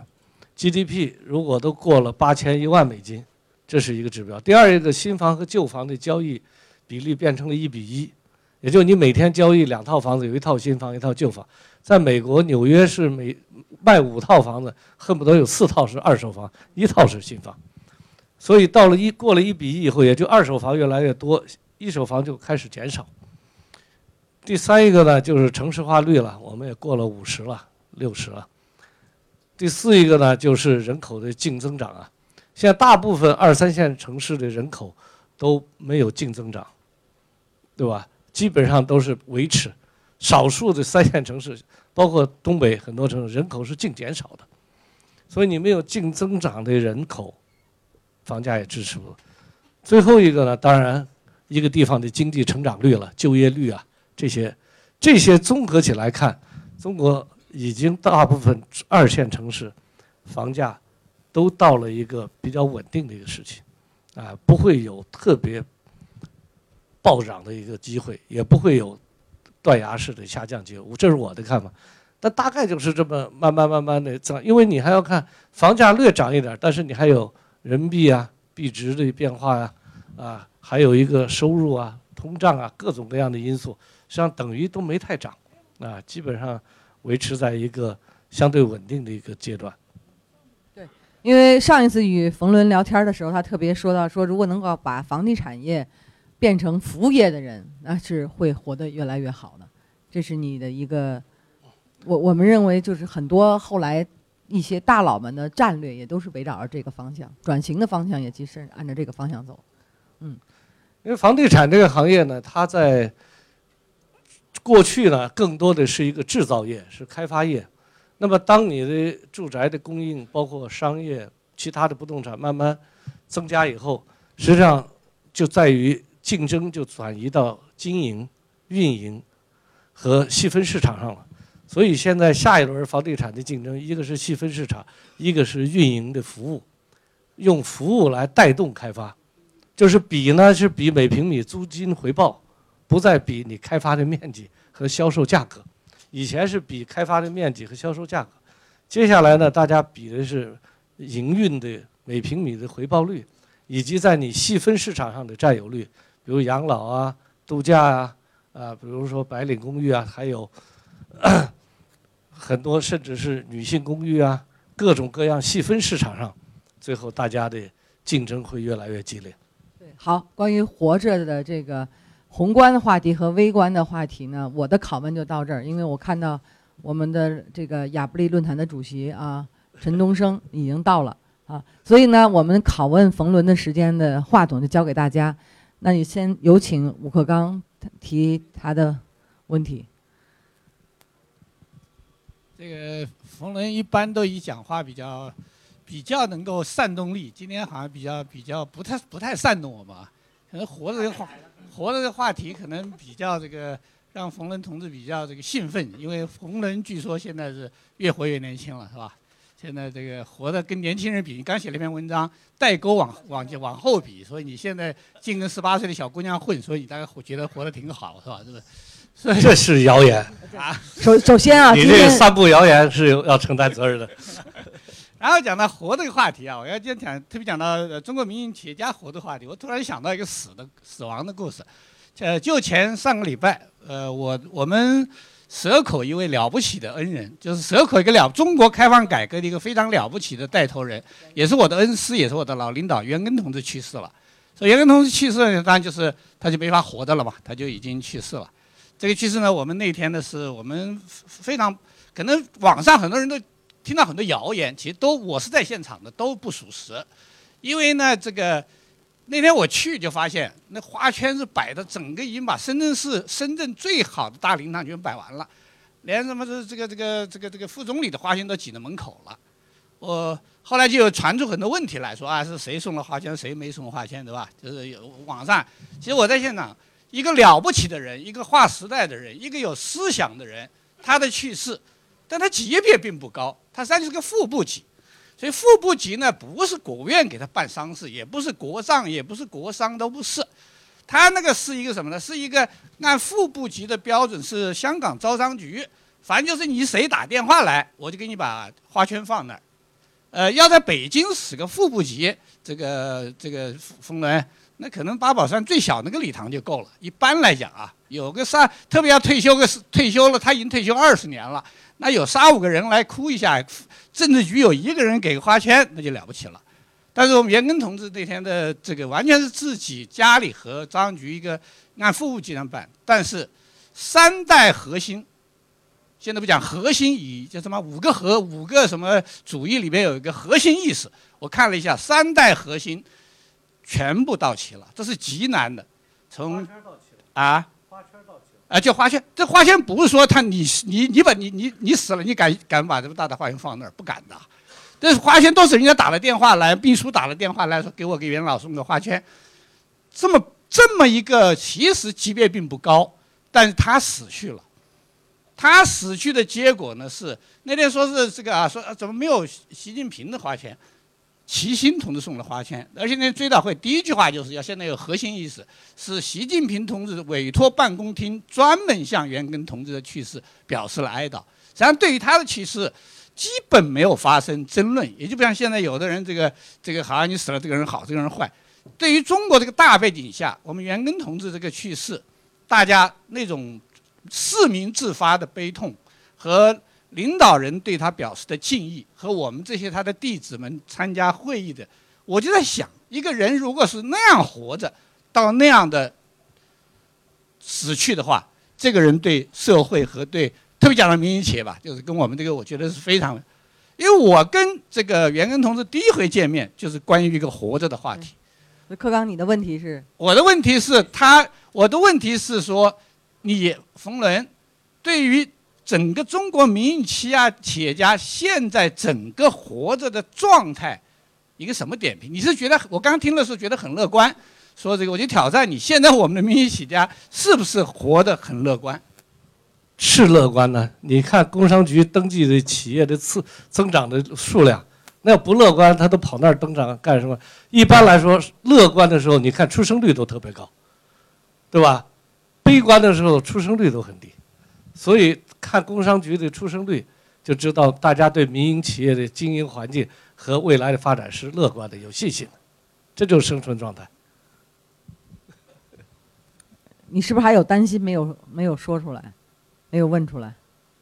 GDP 如果都过了8100万美金，这是一个指标。第二一个，新房和旧房的交易比例变成了1比1，也就是你每天交易2套房子，有1套新房，1套旧房。在美国纽约是卖5套房子，恨不得有4套是二手房，1套是新房。所以过了1比1以后，也就二手房越来越多，一手房就开始减少。第三一个呢，就是城市化率了，我们也过了50了、60了。第四一个呢，就是人口的净增长啊。现在大部分2、3线城市的人口都没有净增长，对吧？基本上都是维持。少数的3线城市，包括东北很多城市，人口是净减少的。所以你没有净增长的人口，房价也支持不住。最后一个呢，当然一个地方的经济成长率了、就业率啊，这些综合起来看，中国已经大部分2线城市房价都到了一个比较稳定的一个时期，不会有特别暴涨的一个机会，也不会有断崖式的下降机会，这是我的看法。但大概就是这么慢慢的涨，因为你还要看房价略涨一点，但是你还有人民币啊、币值的变化呀，还有一个收入啊、通胀啊，各种各样的因素，实际上等于都没太涨，基本上维持在一个相对稳定的一个阶段。 对，因为上一次与冯仑聊天的时候，他特别说到说，如果能够把房地产业变成服务业的人，那是会活得越来越好的。这是你的一个，我们认为就是很多后来一些大佬们的战略也都是围绕着这个方向，转型的方向也其实按照这个方向走。 因为房地产这个行业呢，它在过去呢更多的是一个制造业，是开发业。那么当你的住宅的供应，包括商业、其他的不动产慢慢增加以后，实际上就在于竞争就转移到经营、运营和细分市场上了。所以现在下一轮房地产的竞争，一个是细分市场，一个是运营的服务，用服务来带动开发。就是比呢是比每平米租金回报，不再比你开发的面积和销售价格。以前是比开发的面积和销售价格，接下来呢，大家比的是营运的每平米的回报率，以及在你细分市场上的占有率，比如养老啊、度假比如说白领公寓啊，还有很多甚至是女性公寓啊，各种各样细分市场上，最后大家的竞争会越来越激烈。 对，好，关于活着的这个宏观的话题和微观的话题呢，我的拷问就到这儿，因为我看到我们的这个亚布力论坛的主席陈东升已经到了所以呢，我们拷问冯仑的时间的话筒就交给大家。那你先有请吴克刚提他的问题。 这个冯仑一般都以讲话比较能够煽动力，今天好像比较不太煽动我们可能活着这个话题可能比较这个让冯仑同志比较这个兴奋，因为冯仑据说现在是越活越年轻了，是吧？现在这个活得跟年轻人比，你刚写了一篇文章，代沟往后比，所以你现在净跟18岁的小姑娘混，所以你大概觉得活得挺好，是吧？是不是？ 这是谣言首先你这个散布谣言是要承担责任的。 然后讲到活这个话题我要今天特别讲到中国民营企业家活的话题，我突然想到一个死亡的故事。就上个礼拜，我们蛇口一位了不起的恩人，就是蛇口一个中国开放改革的一个非常了不起的带头人，也是我的恩师，也是我的老领导袁庚同志去世了。所以袁庚同志去世了，当然就是他就没法活的了嘛，他就已经去世了。这个去世呢，我们那天呢是我们非常可能网上很多人都听到很多谣言，其实我是在现场的，都不属实。因为呢，那天我去就发现，那花圈是摆的，整个已经把深圳最好的大灵堂全摆完了，连什么这个副总理的花圈都挤到门口了。我后来就有传出很多问题来说是谁送了花圈，谁没送花圈，对吧？就是有网上，其实我在现场，一个了不起的人，一个划时代的人，一个有思想的人，他的去世，但他级别并不高，他实际上就是个副部级。所以副部级呢，不是国务院给他办丧事，也不是国葬，也不是国丧，都不是。他那个是一个什么呢？是一个按副部级的标准，是香港招商局，反正就是你谁打电话来，我就给你把花圈放那儿。要在北京使个副部级，这个冯仑，那可能八宝山最小那个礼堂就够了。一般来讲有个特别要退休了，他已经退休20年了，那有3-5个人来哭一下，政治局有1个人给个花圈，那就了不起了。但是我们袁庚同志那天的这个完全是自己家里和招商局一个按副部级上办，但是3代核心，现在不讲核心以叫什么5个什么主义里面有一个核心意识，我看了一下3代核心全部到齐了，这是极难的。从就花圈，这花圈不是说你死了，你敢把这么大的花圈放那儿？不敢的。这花圈都是人家打了电话来，秘书打了电话来说给袁老送个花圈，这么一个其实级别并不高，但是他死去了。 他死去的结果呢是那天说是这个说怎么没有习近平的花圈，齐心同志送的花圈，而且那追悼会第一句话就是要现在有核心意思，是习近平同志委托办公厅专门向袁庚同志的去世表示了哀悼。实际上对于他的去世基本没有发生争论，也就不像现在有的人这个好像你死了这个人好这个人坏。对于中国这个大背景下，我们袁庚同志这个去世，大家那种市民自发的悲痛和领导人对他表示的敬意，和我们这些他的弟子们参加会议的，我就在想，一个人如果是那样活着到那样的死去的话，这个人对社会和对特别讲到民营企业吧，就是跟我们这个我觉得是非常，因为我跟这个袁庚同志第一回见面就是关于一个活着的话题。 克刚，你的问题是？ 我的问题是说，你冯仑对于整个中国民营企业家现在整个活着的状态一个什么点评？你是觉得我刚刚听的时候觉得很乐观，说这个我就挑战你，现在我们的民营企业家是不是活得很乐观？ 是乐观呢。你看工商局登记的企业的增长的数量。那要不乐观，他都跑那儿登长干什么？一般来说，乐观的时候，你看出生率都特别高，对吧？悲观的时候，出生率都很低。所以看工商局的出生率，就知道大家对民营企业的经营环境和未来的发展是乐观的、有信心的，这就是生存状态。 你是不是还有担心没有说出来，没有问出来？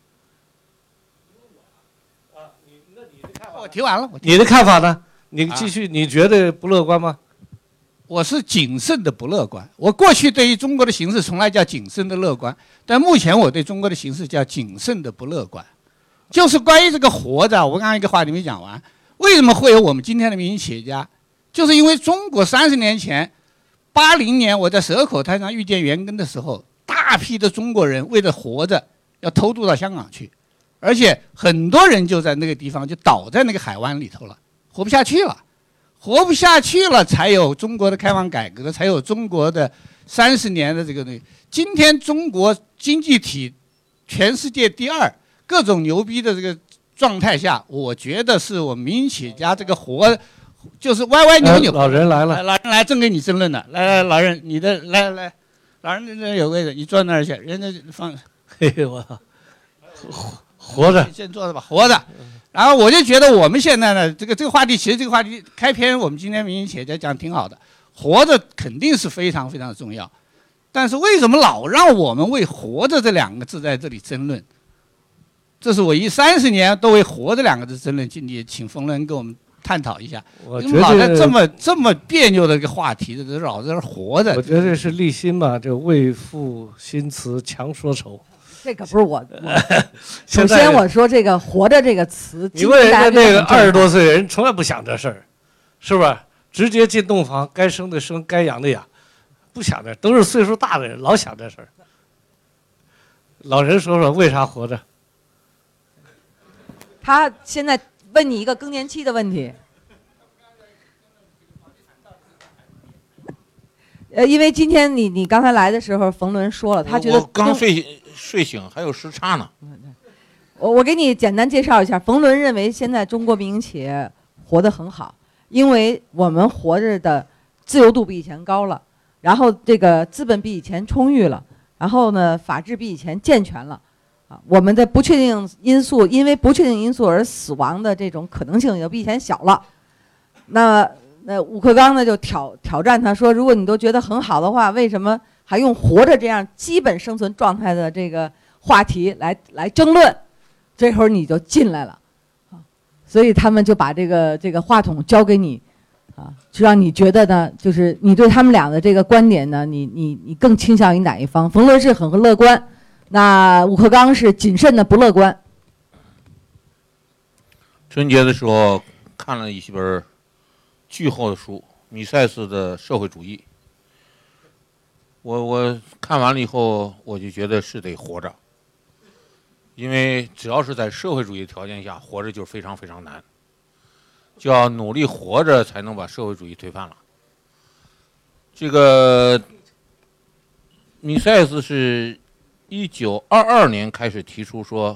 我提完了。 你的看法呢？你继续，你觉得不乐观吗？ 我是谨慎的不乐观。我过去对于中国的形势从来叫谨慎的乐观，但目前我对中国的形势叫谨慎的不乐观。就是关于这个活着，我刚刚一个话题没讲完，为什么会有我们今天的民营企业家？就是因为中国30年前，80年我在蛇口滩上遇见袁庚的时候，大批的中国人为了活着要偷渡到香港去。而且很多人就在那个地方就倒在那个海湾里头了，活不下去了，才有中国的开放改革，才有中国的30年的这个。今天中国经济体全世界第2，各种牛逼的这个状态下，我觉得是我们民营企业家这个活就是歪歪扭扭。 老人来了， 老人来正跟你争论呢。来，老人，你的来，老人那有位置，你坐那儿去，人家放。 嘿嘿，我活着， 先坐着吧，活着。然后我就觉得我们现在呢，这个话题，其实这个话题开篇我们今天民营企业家讲挺好的，活着肯定是非常非常重要。但是为什么老让我们为活着这2个字在这里争论？这是我30年都为活着2个字争论，你请冯仑跟我们探讨一下。 我觉得老在这么别扭的一个话题，老在这活着。 我觉得这是立心嘛，这为赋新词强说愁。 这可不是我。首先我说这个“活着”这个词， 你问人家那个20多岁人，从来不想这事儿，是吧？直接进洞房，该生的生，该养的养，不想这，都是岁数大的人，老想这事儿。老人说说为啥活着？ 他现在问你一个更年期的问题。因为今天你刚才来的时候，冯仑说了，他觉得我刚睡醒，还有时差呢。 我给你简单介绍一下，冯仑认为现在中国民营企业活得很好，因为我们活着的自由度比以前高了，然后这个资本比以前充裕了，然后呢，法治比以前健全了，啊，我们的不确定因素，因为不确定因素而死亡的这种可能性也比以前小了。那吴克刚呢就挑战他说，如果你都觉得很好的话，为什么还用活着这样基本生存状态的这个话题来争论？这会儿你就进来了，啊，所以他们就把这个话筒交给你，啊，就让你觉得呢，就是你对他们俩的这个观点呢，你更倾向于哪一方？冯仑是很乐观，那吴克刚是谨慎的不乐观。 春节的时候看了一本巨厚的书，米塞斯的《社会主义》。我看完了以后，我就觉得是得活着，因为只要是在社会主义条件下活着，就非常非常难，就要努力活着才能把社会主义推翻了。这个米塞斯是 1922年开始提出说，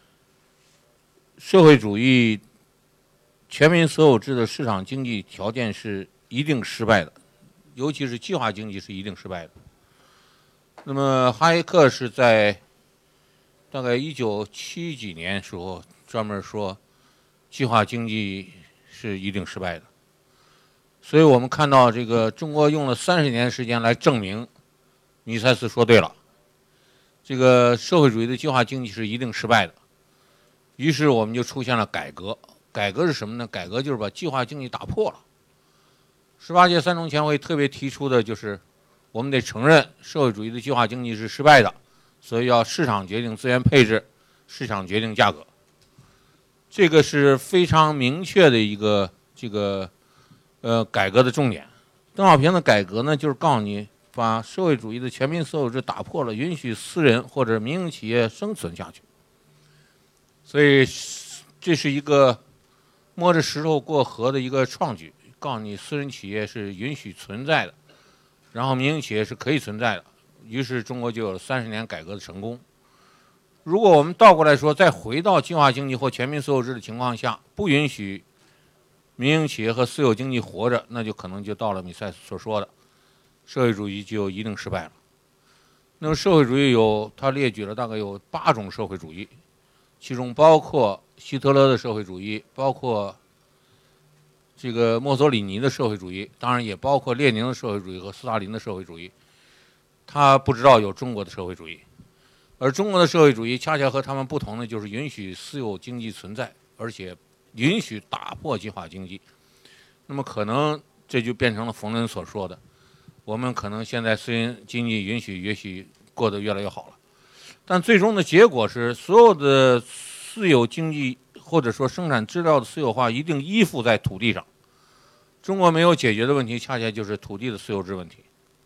社会主义全民所有制的市场经济条件是一定失败的，尤其是计划经济是一定失败的。那么哈耶克是在大概1970几年时候专门说，计划经济是一定失败的。所以我们看到这个中国用了30年时间来证明米塞斯说对了，这个社会主义的计划经济是一定失败的。于是我们就出现了改革。改革是什么呢？改革就是把计划经济打破了。18届三中全会特别提出的就是，我们得承认社会主义的计划经济是失败的，所以要市场决定资源配置，市场决定价格。这个是非常明确的一个改革的重点。邓小平的改革呢，就是告诉你，把社会主义的全民所有制打破了，允许私人或者民营企业生存下去。所以这是一个摸着石头过河的一个创举，告诉你私人企业是允许存在的，然后民营企业是可以存在的。于是中国就有了30年改革的成功。如果我们倒过来说，再回到计划经济或全民所有制的情况下，不允许民营企业和私有经济活着，那就可能就到了米塞斯所说的社会主义就一定失败了。那么社会主义他列举了大概有8种社会主义，其中包括希特勒的社会主义，包括这个墨索里尼的社会主义，当然也包括列宁的社会主义和斯大林的社会主义。他不知道有中国的社会主义，而中国的社会主义恰恰和他们不同的就是允许私有经济存在，而且允许打破计划经济。那么可能这就变成了冯仑所说的，我们可能现在私人经济也许过得越来越好了，但最终的结果是所有的私有经济或者说生产资料的私有化一定依附在土地上。中国没有解决的问题恰恰就是土地的私有制问题。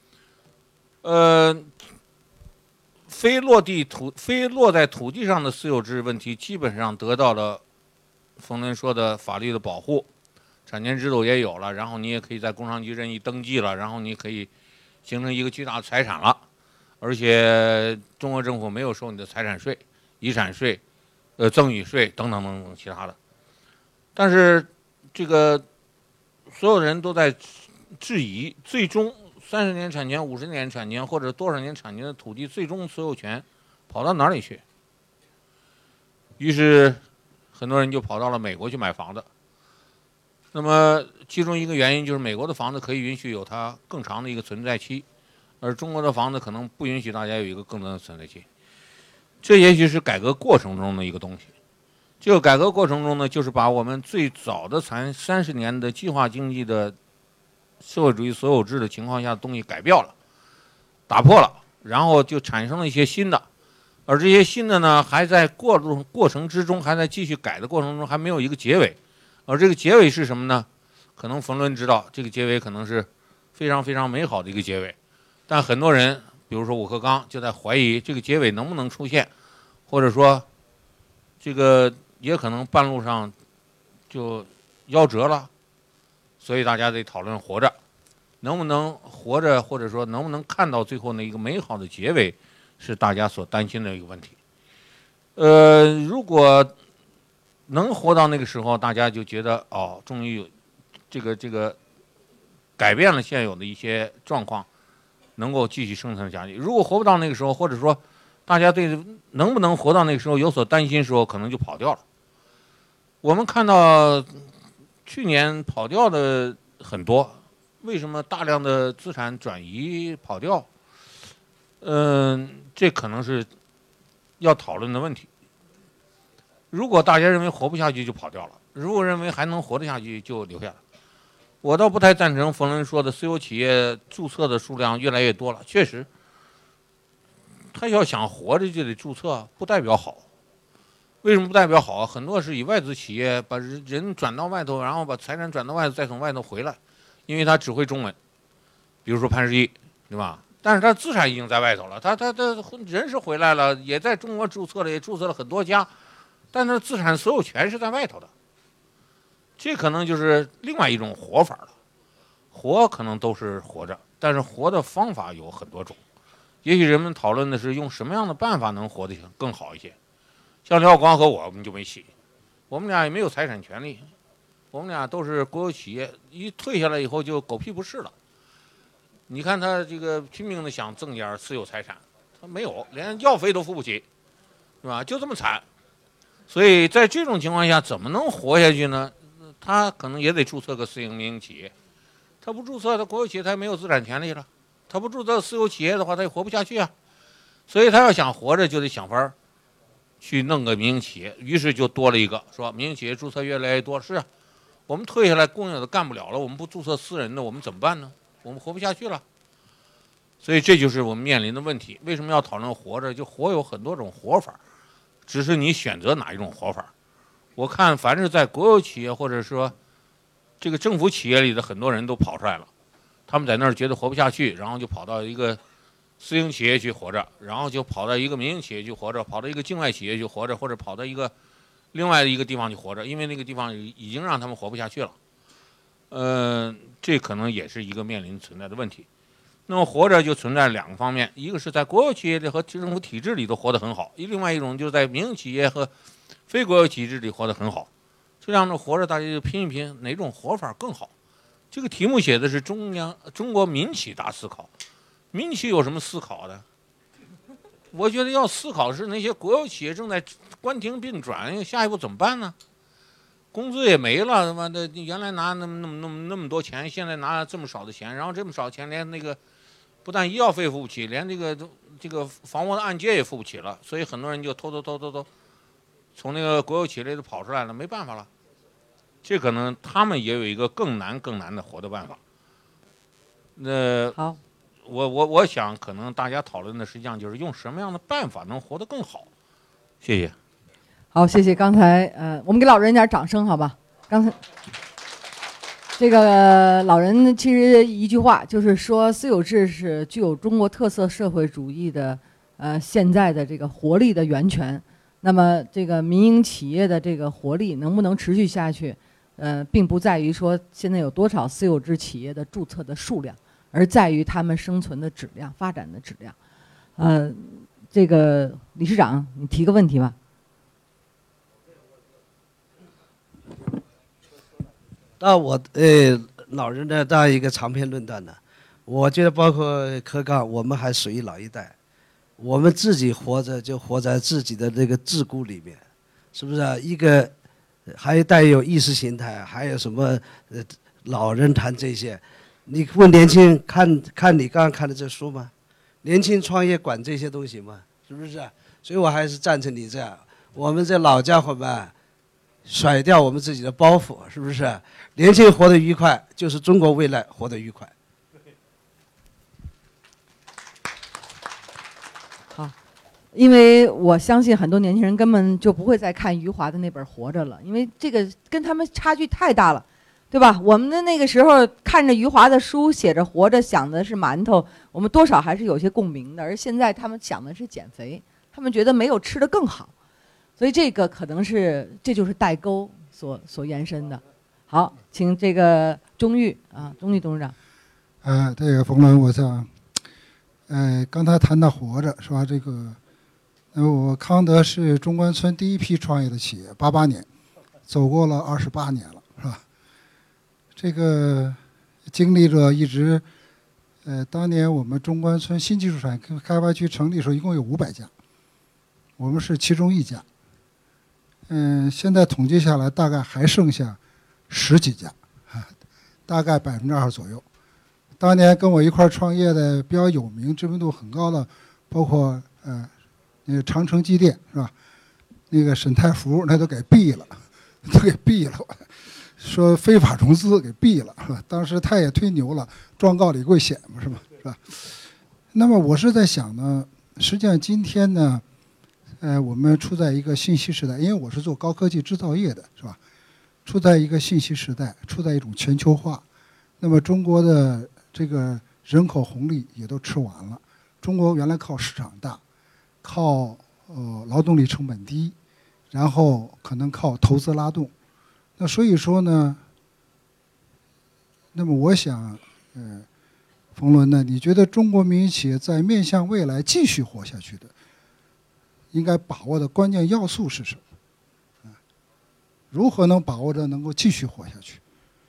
非落在土地上的私有制问题基本上得到了冯仑说的法律的保护，产权制度也有了，然后你也可以在工商局任意登记了，然后你可以形成一个巨大的财产了，而且中国政府没有收你的财产税、遗产税、赠与税等等等等其他的。但是这个所有人都在质疑，最终30年产权、50年产权或者多少年产权的土地最终所有权跑到哪里去？于是很多人就跑到了美国去买房子。那么其中一个原因就是美国的房子可以允许有它更长的一个存在期，而中国的房子可能不允许大家有一个更长的存在期。这也许是改革过程中的一个东西。这个改革过程中呢，就是把我们最早的30年的计划经济的社会主义所有制的情况下的东西改掉了，打破了，然后就产生了一些新的，而这些新的呢，还在过程之中，还在继续改的过程中，还没有一个结尾。而这个结尾是什么呢？可能冯仑知道，这个结尾可能是非常非常美好的一个结尾，但很多人，比如说武克刚，就在怀疑这个结尾能不能出现，或者说这个也可能半路上就夭折了。所以大家得讨论活着，能不能活着，或者说能不能看到最后那一个美好的结尾，是大家所担心的一个问题。如果能活到那个时候，大家就觉得哦，终于有这个改变了现有的一些状况，能够继续生存下去。如果活不到那个时候，或者说大家对能不能活到那个时候有所担心的时候，可能就跑掉了。我们看到去年跑掉的很多，为什么大量的资产转移跑掉？这可能是要讨论的问题。如果大家认为活不下去就跑掉了，如果认为还能活得下去就留下来。我倒不太赞成冯仑说的私有企业注册的数量越来越多了。确实，他要想活着就得注册，不代表好。为什么不代表好？很多是以外资企业把人转到外头，然后把财产转到外头，再从外头回来，因为他只会中文。比如说潘石屹，对吧？但是他资产已经在外头了，他人是回来了，也在中国注册了，也注册了很多家，但他资产所有权是在外头的。这可能就是另外一种活法了。活可能都是活着，但是活的方法有很多种。 也许人们讨论的是用什么样的办法能活得更好一些。像廖光和我们就没戏，我们俩也没有财产权利，我们俩都是国有企业，一退下来以后就狗屁不是了。你看他这个拼命的想挣点私有财产，他没有，连药费都付不起，是吧？就这么惨。所以在这种情况下，怎么能活下去呢？他可能也得注册个私营民营企业，他不注册，他国有企业他没有资产权利了。他不注册私有企业的话，他也活不下去啊。所以他要想活着，就得想法去弄个民营企业。于是就多了一个，说民营企业注册越来越多，是啊，我们退下来公有的干不了了，我们不注册私人的，我们怎么办呢？我们活不下去了。所以这就是我们面临的问题。为什么要讨论活着？就活有很多种活法，只是你选择哪一种活法。我看凡是在国有企业或者说这个政府企业里的很多人都跑出来了。他们在那儿觉得活不下去，然后就跑到一个私营企业去活着，然后就跑到一个民营企业去活着，跑到一个境外企业去活着，或者跑到一个另外的一个地方去活着，因为那个地方已经让他们活不下去了。这可能也是一个面临存在的问题。那么活着就存在两个方面，一个是在国有企业里和政府体制里都活得很好，另外一种就是在民营企业和非国有体制里活得很好。这样的活着，大家就拼一拼哪种活法更好。这个题目写的是中国民企大思考，民企有什么思考的？我觉得要思考是那些国有企业正在关停并转，下一步怎么办呢？工资也没了，他妈的，原来拿那么多钱，现在拿这么少的钱，然后这么少钱连那个不但医药费付不起，连这个房屋的按揭也付不起了，所以很多人就偷从那个国有企业里头跑出来了，没办法了。这可能他们也有一个更难的活的办法。 好， 我想可能大家讨论的实际上就是用什么样的办法能活得更好。谢谢。 好，谢谢。刚才我们给老人一点掌声，好吧？刚才这个老人其实一句话就是说，私有制是具有中国特色社会主义的现在的这个活力的源泉。那么这个民营企业的这个活力能不能持续下去？并不在于说现在有多少私有制企业的注册的数量，而在于他们生存的质量、发展的质量。这个理事长，你提个问题吧。 那我老人的这样一个长篇论断呢，我觉得包括柯刚，我们还属于老一代，我们自己活着就活在自己的这个桎梏里面，是不是啊？一个还带有意识形态，还有什么老人谈这些？你问年轻人看你刚刚看的这书吗？年轻创业管这些东西吗？是不是啊？所以我还是赞成你这样，我们这老家伙们甩掉我们自己的包袱，是不是？年轻人活得愉快，就是中国未来活得愉快。 好，因为我相信很多年轻人根本就不会再看余华的那本《活着》了，因为这个跟他们差距太大了，对吧？我们的那个时候看着余华的书，写着活着，想的是馒头，我们多少还是有些共鸣的。而现在他们想的是减肥，他们觉得没有吃得更好，所以这个可能是这就是代沟所延伸的。好，请这个钟玉钟玉董事长。 这个冯仑，我想，刚才谈到活着是吧？这个，我康德是中关村第一批创业的企业，88年，走过了28年了，是吧？这个经历着一直，当年我们中关村新技术产业开发区成立的时候，一共有500家，我们是其中1家。现在统计下来，大概还剩下10几家，大概2%左右。当年跟我一块创业的比较有名、知名度很高的，包括那个长城机电是吧？那个沈太福那都给毙了，都给毙了，说非法融资给毙了，是吧？当时他也忒牛了，状告李桂显嘛，是吧？那么我是在想呢，实际上今天呢，我们处在一个信息时代，因为我是做高科技制造业的，是吧？处在一个信息时代，处在一种全球化，那么中国的这个人口红利也都吃完了。中国原来靠市场大，靠劳动力成本低，然后可能靠投资拉动。那所以说呢，那么我想，冯冯仑呢，你觉得中国民营企业在面向未来继续活下去的，应该把握的关键要素是什么？如何能把握着能够继续活下去？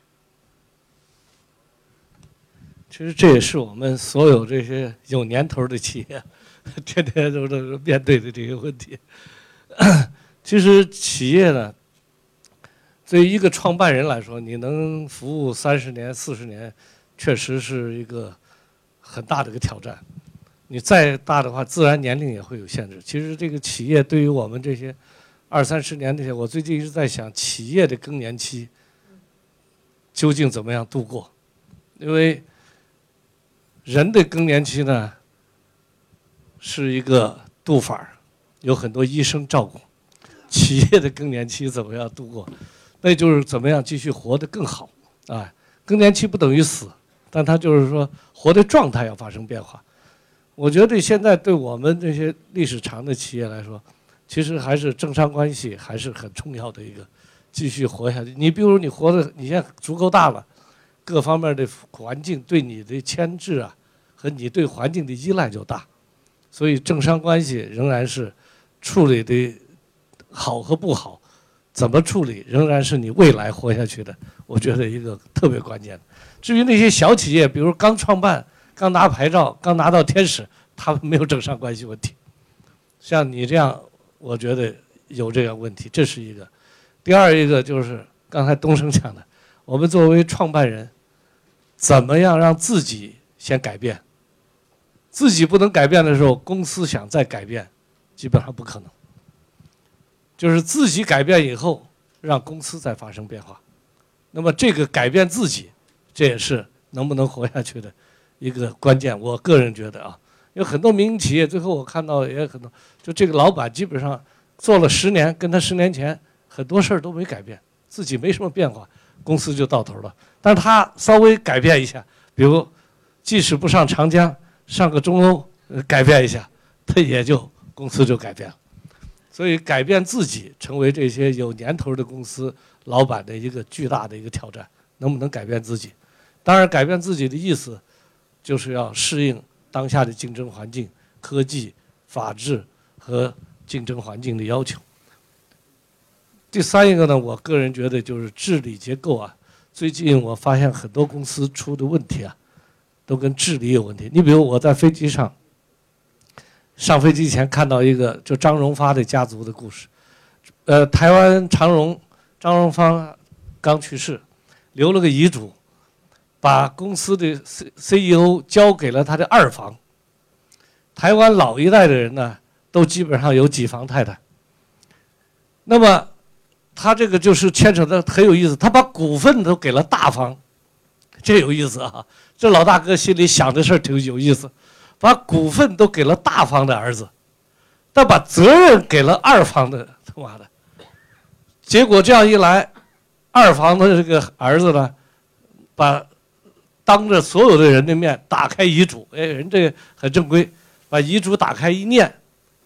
其实这也是我们所有这些有年头的企业天天都面对的这个问题。其实企业呢，对于一个创办人来说，你能服务30年、40年，确实是一个很大的一个挑战。你再大的话，自然年龄也会有限制。其实这个企业对于我们这些20、30年这些，我最近一直在想，企业的更年期究竟怎么样度过？因为人的更年期呢，是一个度法儿，有很多医生照顾。企业的更年期怎么样度过？那就是怎么样继续活得更好。更年期不等于死，但它就是说活的状态要发生变化。我觉得现在对我们这些历史长的企业来说，其实还是政商关系还是很重要的一个，继续活下去。你比如你活的，你现在足够大了，各方面的环境对你的牵制啊，和你对环境的依赖就大，所以政商关系仍然是处理的好和不好，怎么处理仍然是你未来活下去的，我觉得一个特别关键的。至于那些小企业，比如刚创办、刚拿牌照、刚拿到天使，他们没有政商关系问题。像你这样，我觉得有这个问题，这是一个。第二一个就是刚才东升讲的，我们作为创办人，怎么样让自己先改变？自己不能改变的时候，公司想再改变，基本上不可能。就是自己改变以后，让公司再发生变化。那么这个改变自己，这也是能不能活下去的一个关键。我个人觉得啊，有很多民营企业，最后我看到也很多，就这个老板基本上做了10年，跟他10年前很多事儿都没改变，自己没什么变化，公司就到头了。但是他稍微改变一下，比如即使不上长江，上个中欧，改变一下，他也就公司就改变了。所以改变自己，成为这些有年头的公司老板的一个巨大的一个挑战。能不能改变自己？当然，改变自己的意思，就是要适应当下的竞争环境、科技、法治和竞争环境的要求。第三一个呢，我个人觉得就是治理结构啊。最近我发现很多公司出的问题啊，都跟治理有问题。你比如我在飞机上。上飞机前看到一个就张荣发的家族的故事，台湾张荣发刚去世，留了个遗嘱，把公司的 CEO 交给了他的二房。台湾老一代的人呢，都基本上有几房太太。那么他这个就是牵扯的很有意思，他把股份都给了大房，这有意思啊！这老大哥心里想的事儿挺有意思。把股份都给了大房的儿子，但把责任给了二房的他妈的。结果这样一来，二房的这个儿子呢，把当着所有的人的面打开遗嘱，人这个很正规，把遗嘱打开一念，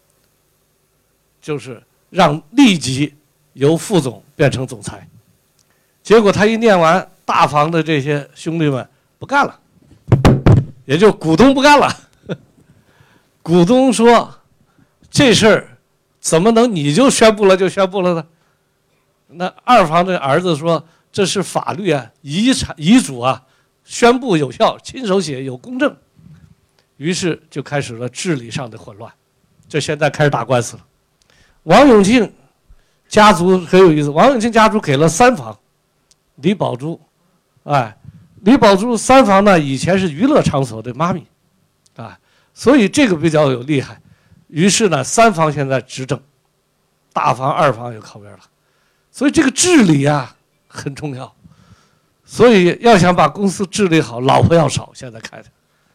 就是让立即由副总变成总裁。结果他一念完，大房的这些兄弟们不干了，也就股东不干了。股东说：“这事儿怎么能你就宣布了就宣布了呢？”那二房的儿子说：“这是法律啊，遗嘱啊，宣布有效，亲手写有公证。”于是就开始了治理上的混乱，这现在开始打官司了。王永庆家族很有意思，王永庆家族给了3房，李宝珠，李宝珠3房呢以前是娱乐场所的妈咪，所以这个比较有厉害，于是呢，3房现在执政，大房、二房又靠边了，所以这个治理啊很重要。所以要想把公司治理好，老婆要少，现在看着，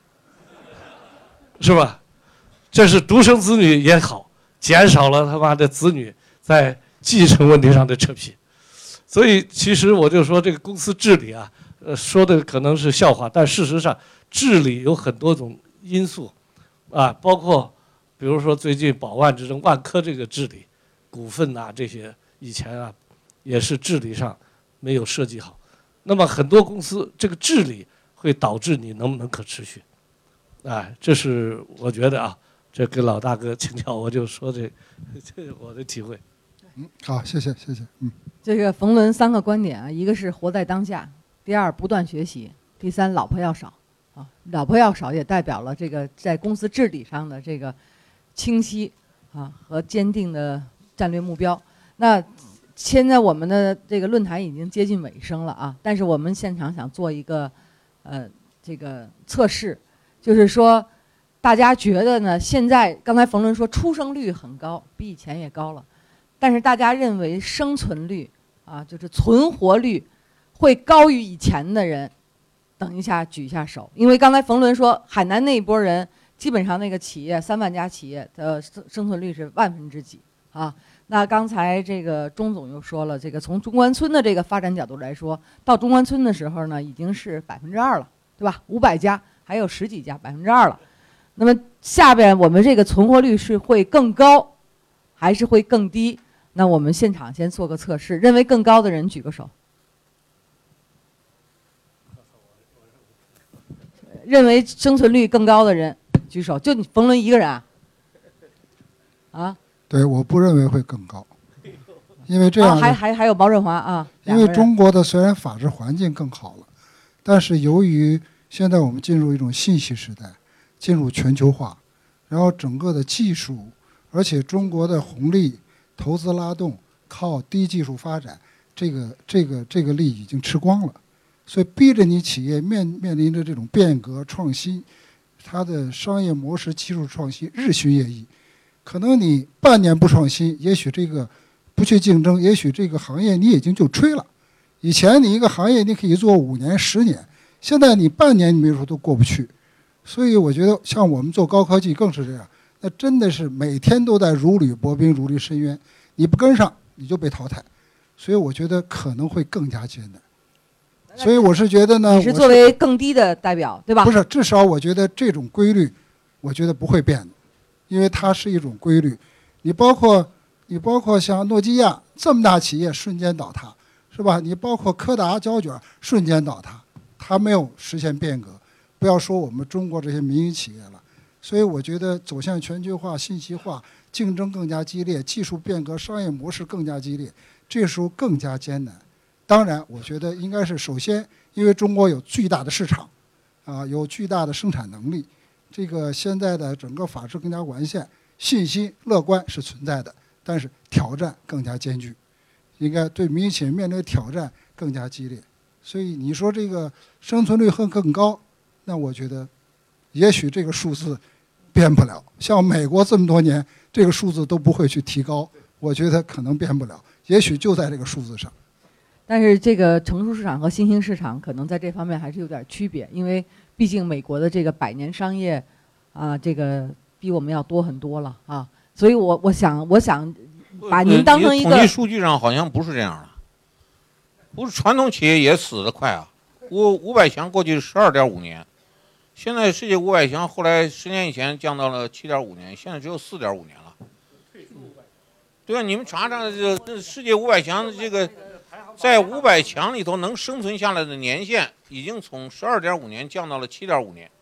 是吧？这是独生子女也好，减少了他妈的子女在继承问题上的扯皮。所以其实我就说这个公司治理啊，说的可能是笑话，但事实上治理有很多种因素。包括比如说最近宝万之争，万科这个治理，股份啊这些以前啊也是治理上没有设计好。那么很多公司这个治理会导致你能不能可持续。哎，这是我觉得啊，这跟老大哥请教，我就说这是我的体会。 好，谢谢。 这个冯仑3个观点啊，一个是活在当下，第二不断学习，第三老婆要少啊。老婆要少也代表了这个在公司治理上的这个清晰啊和坚定的战略目标。那现在我们的这个论坛已经接近尾声了啊，但是我们现场想做一个这个测试，就是说大家觉得呢，现在刚才冯仑说出生率很高，比以前也高了。但是大家认为生存率啊，就是存活率会高于以前的人，等一下举一下手。因为刚才冯仑说海南那一波人，基本上那个企业3万家企业的生存率是1/1000几啊。那刚才这个钟总又说了，这个从中关村的这个发展角度来说，到中关村的时候呢，已经是2%了，对吧？500家还有10几家2%了。那么下边我们这个存活率是会更高，还是会更低？那我们现场先做个测试，认为更高的人举个手。认为生存率更高的人举手，就你冯仑一个人啊？啊？ 对，我不认为会更高，因为这样还有毛润华啊。 因为中国的虽然法治环境更好了，但是由于现在我们进入一种信息时代，进入全球化，然后整个的技术，而且中国的红利。投资拉动靠低技术发展，这个力已经吃光了，所以逼着你企业面临着这种变革创新，它的商业模式技术创新日新月异，可能你半年不创新，也许这个不去竞争，也许这个行业你已经就吹了。以前你一个行业你可以做5年10年，现在你半年你没说都过不去，所以我觉得像我们做高科技更是这样。那真的是每天都在如履薄冰、如履深渊，你不跟上你就被淘汰，所以我觉得可能会更加艰难。所以我是觉得呢， 你是作为更低的代表，对吧？ 不是，至少我觉得这种规律，我觉得不会变的，因为它是一种规律。你包括像诺基亚这么大企业瞬间倒塌，是吧？你包括柯达胶卷瞬间倒塌，它没有实现变革。不要说我们中国这些民营企业了。所以我觉得走向全球化、信息化，竞争更加激烈，技术变革、商业模式更加激烈，这时候更加艰难。当然，我觉得应该是首先，因为中国有巨大的市场，有巨大的生产能力，这个现在的整个法治更加完善，信心乐观是存在的，但是挑战更加艰巨，应该对民营企业面临的挑战更加激烈。所以你说这个生存率会更高，那我觉得也许这个数字变不了，像美国这么多年，这个数字都不会去提高，我觉得可能变不了，也许就在这个数字上。 但是这个成熟市场和新兴市场可能在这方面还是有点区别，因为毕竟美国的这个100年商业，这个比我们要多很多了啊，所以我想把您当成一个统计数据上好像不是这样的，不是传统企业也死得快啊，500强过去是12.5年。现在世界500强后来10年以前降到了7.5年，现在只有4.5年了。对啊，你们查查这世界500强这个，在500强里头能生存下来的年限，已经从12.5年降到了4.5年，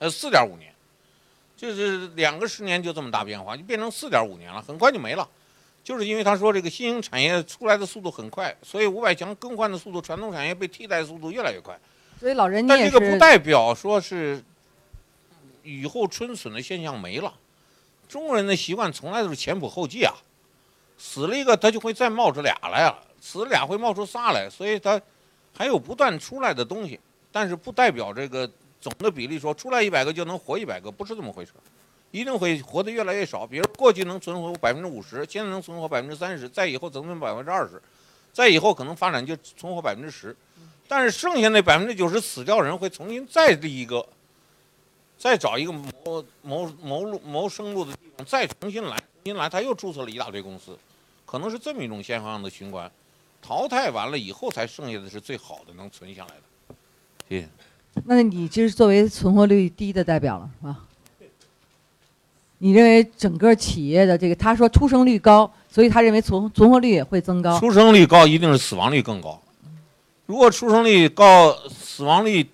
就是2个10年就这么大变化，就变成4.5年了，很快就没了。就是因为他说这个新兴产业出来的速度很快，所以500强更换的速度，传统产业被替代速度越来越快。 所以老人但这个不代表说是雨后春笋的现象没了。中国人的习惯从来都是前仆后继啊，死了一个他就会再冒出俩来啊，死了俩会冒出仨来，所以他还有不断出来的东西，但是不代表这个总的比例说出来100个就能活100个，不是这么回事，一定会活得越来越少。比如过去能存活50%，现在能存活30%，再以后增存20%，再以后可能发展就存活10%，但是剩下那90%死掉人会重新再立一个。再找一个谋生路的地方，再重新来，他又注册了一大堆公司，可能是这么一种现象的循环，淘汰完了以后才剩下的是最好的能存下来的。谢谢。 那你就是作为存活率低的代表了，是吧？你认为整个企业的这个，他说出生率高，所以他认为存活率也会增高。 出生率高一定是死亡率更高，如果出生率高，死亡率低，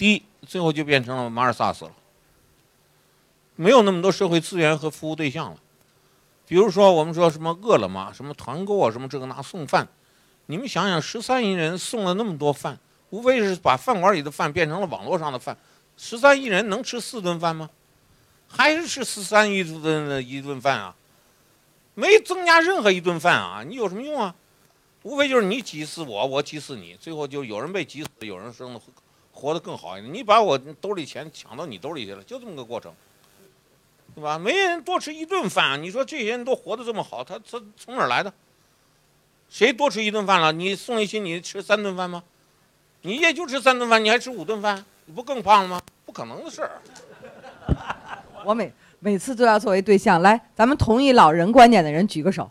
最后就变成了马尔萨斯了，没有那么多社会资源和服务对象了。比如说我们说什么饿了么、什么团购啊、什么这个那送饭，你们想想，13亿人送了那么多饭，无非是把饭馆里的饭变成了网络上的饭。13亿人能吃4顿饭吗？还是吃13亿的一顿饭啊？没增加任何一顿饭啊！你有什么用啊？无非就是你挤死我，我挤死你，最后就有人被挤死，有人生的活得更好一点。你把我兜里钱抢到你兜里去了，就这么个过程，对吧？没人多吃一顿饭，你说这些人都活得这么好，他从哪儿来的？谁多吃一顿饭了？你宋立新你吃3顿饭吗？你也就吃3顿饭，你还吃5顿饭，你不更胖了吗？不可能的事儿。 我每次都要作为对象来，咱们同意老人观点的人举个手。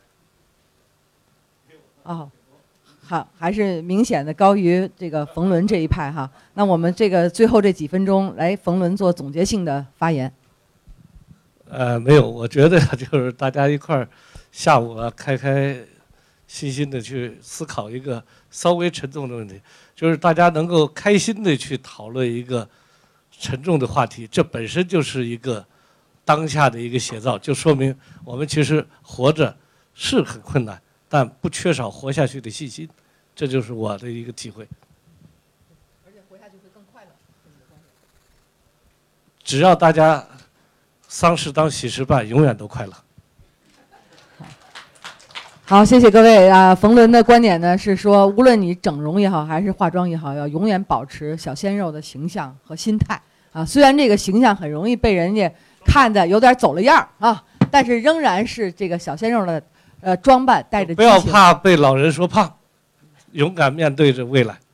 哦，好，还是明显的高于这个冯仑这一派哈。那我们这个最后这几分钟，来冯仑做总结性的发言。 没有，我觉得就是大家一块儿下午开心的去思考一个稍微沉重的问题，就是大家能够开心的去讨论一个沉重的话题，这本身就是一个当下的一个写照，就说明我们其实活着是很困难，但不缺少活下去的信心，这就是我的一个体会。 而且活下去会更快乐。 只要大家丧事当喜事办，永远都快乐。 好，谢谢各位啊。冯仑的观点呢是说，无论你整容也好，还是化妆也好，要永远保持小鲜肉的形象和心态啊。虽然这个形象很容易被人家看的有点走了样啊，但是仍然是这个小鲜肉的装扮，带着不要怕被老人说胖，勇敢面对着未来。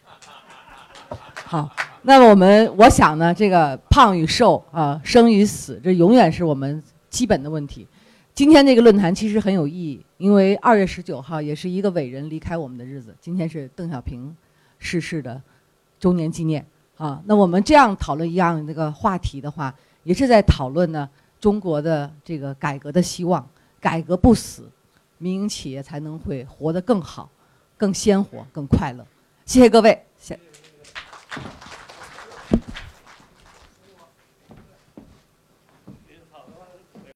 好，那么我想呢，这个胖与瘦啊，生与死，这永远是我们基本的问题。今天这个论坛其实很有意义，因为2月19号也是一个伟人离开我们的日子。今天是邓小平逝世的周年纪念啊。那我们这样讨论一样这个话题的话，也是在讨论呢中国的这个改革的希望。改革不死，民营企业才能会活得更好、更鲜活、更快乐。谢谢各位，谢谢。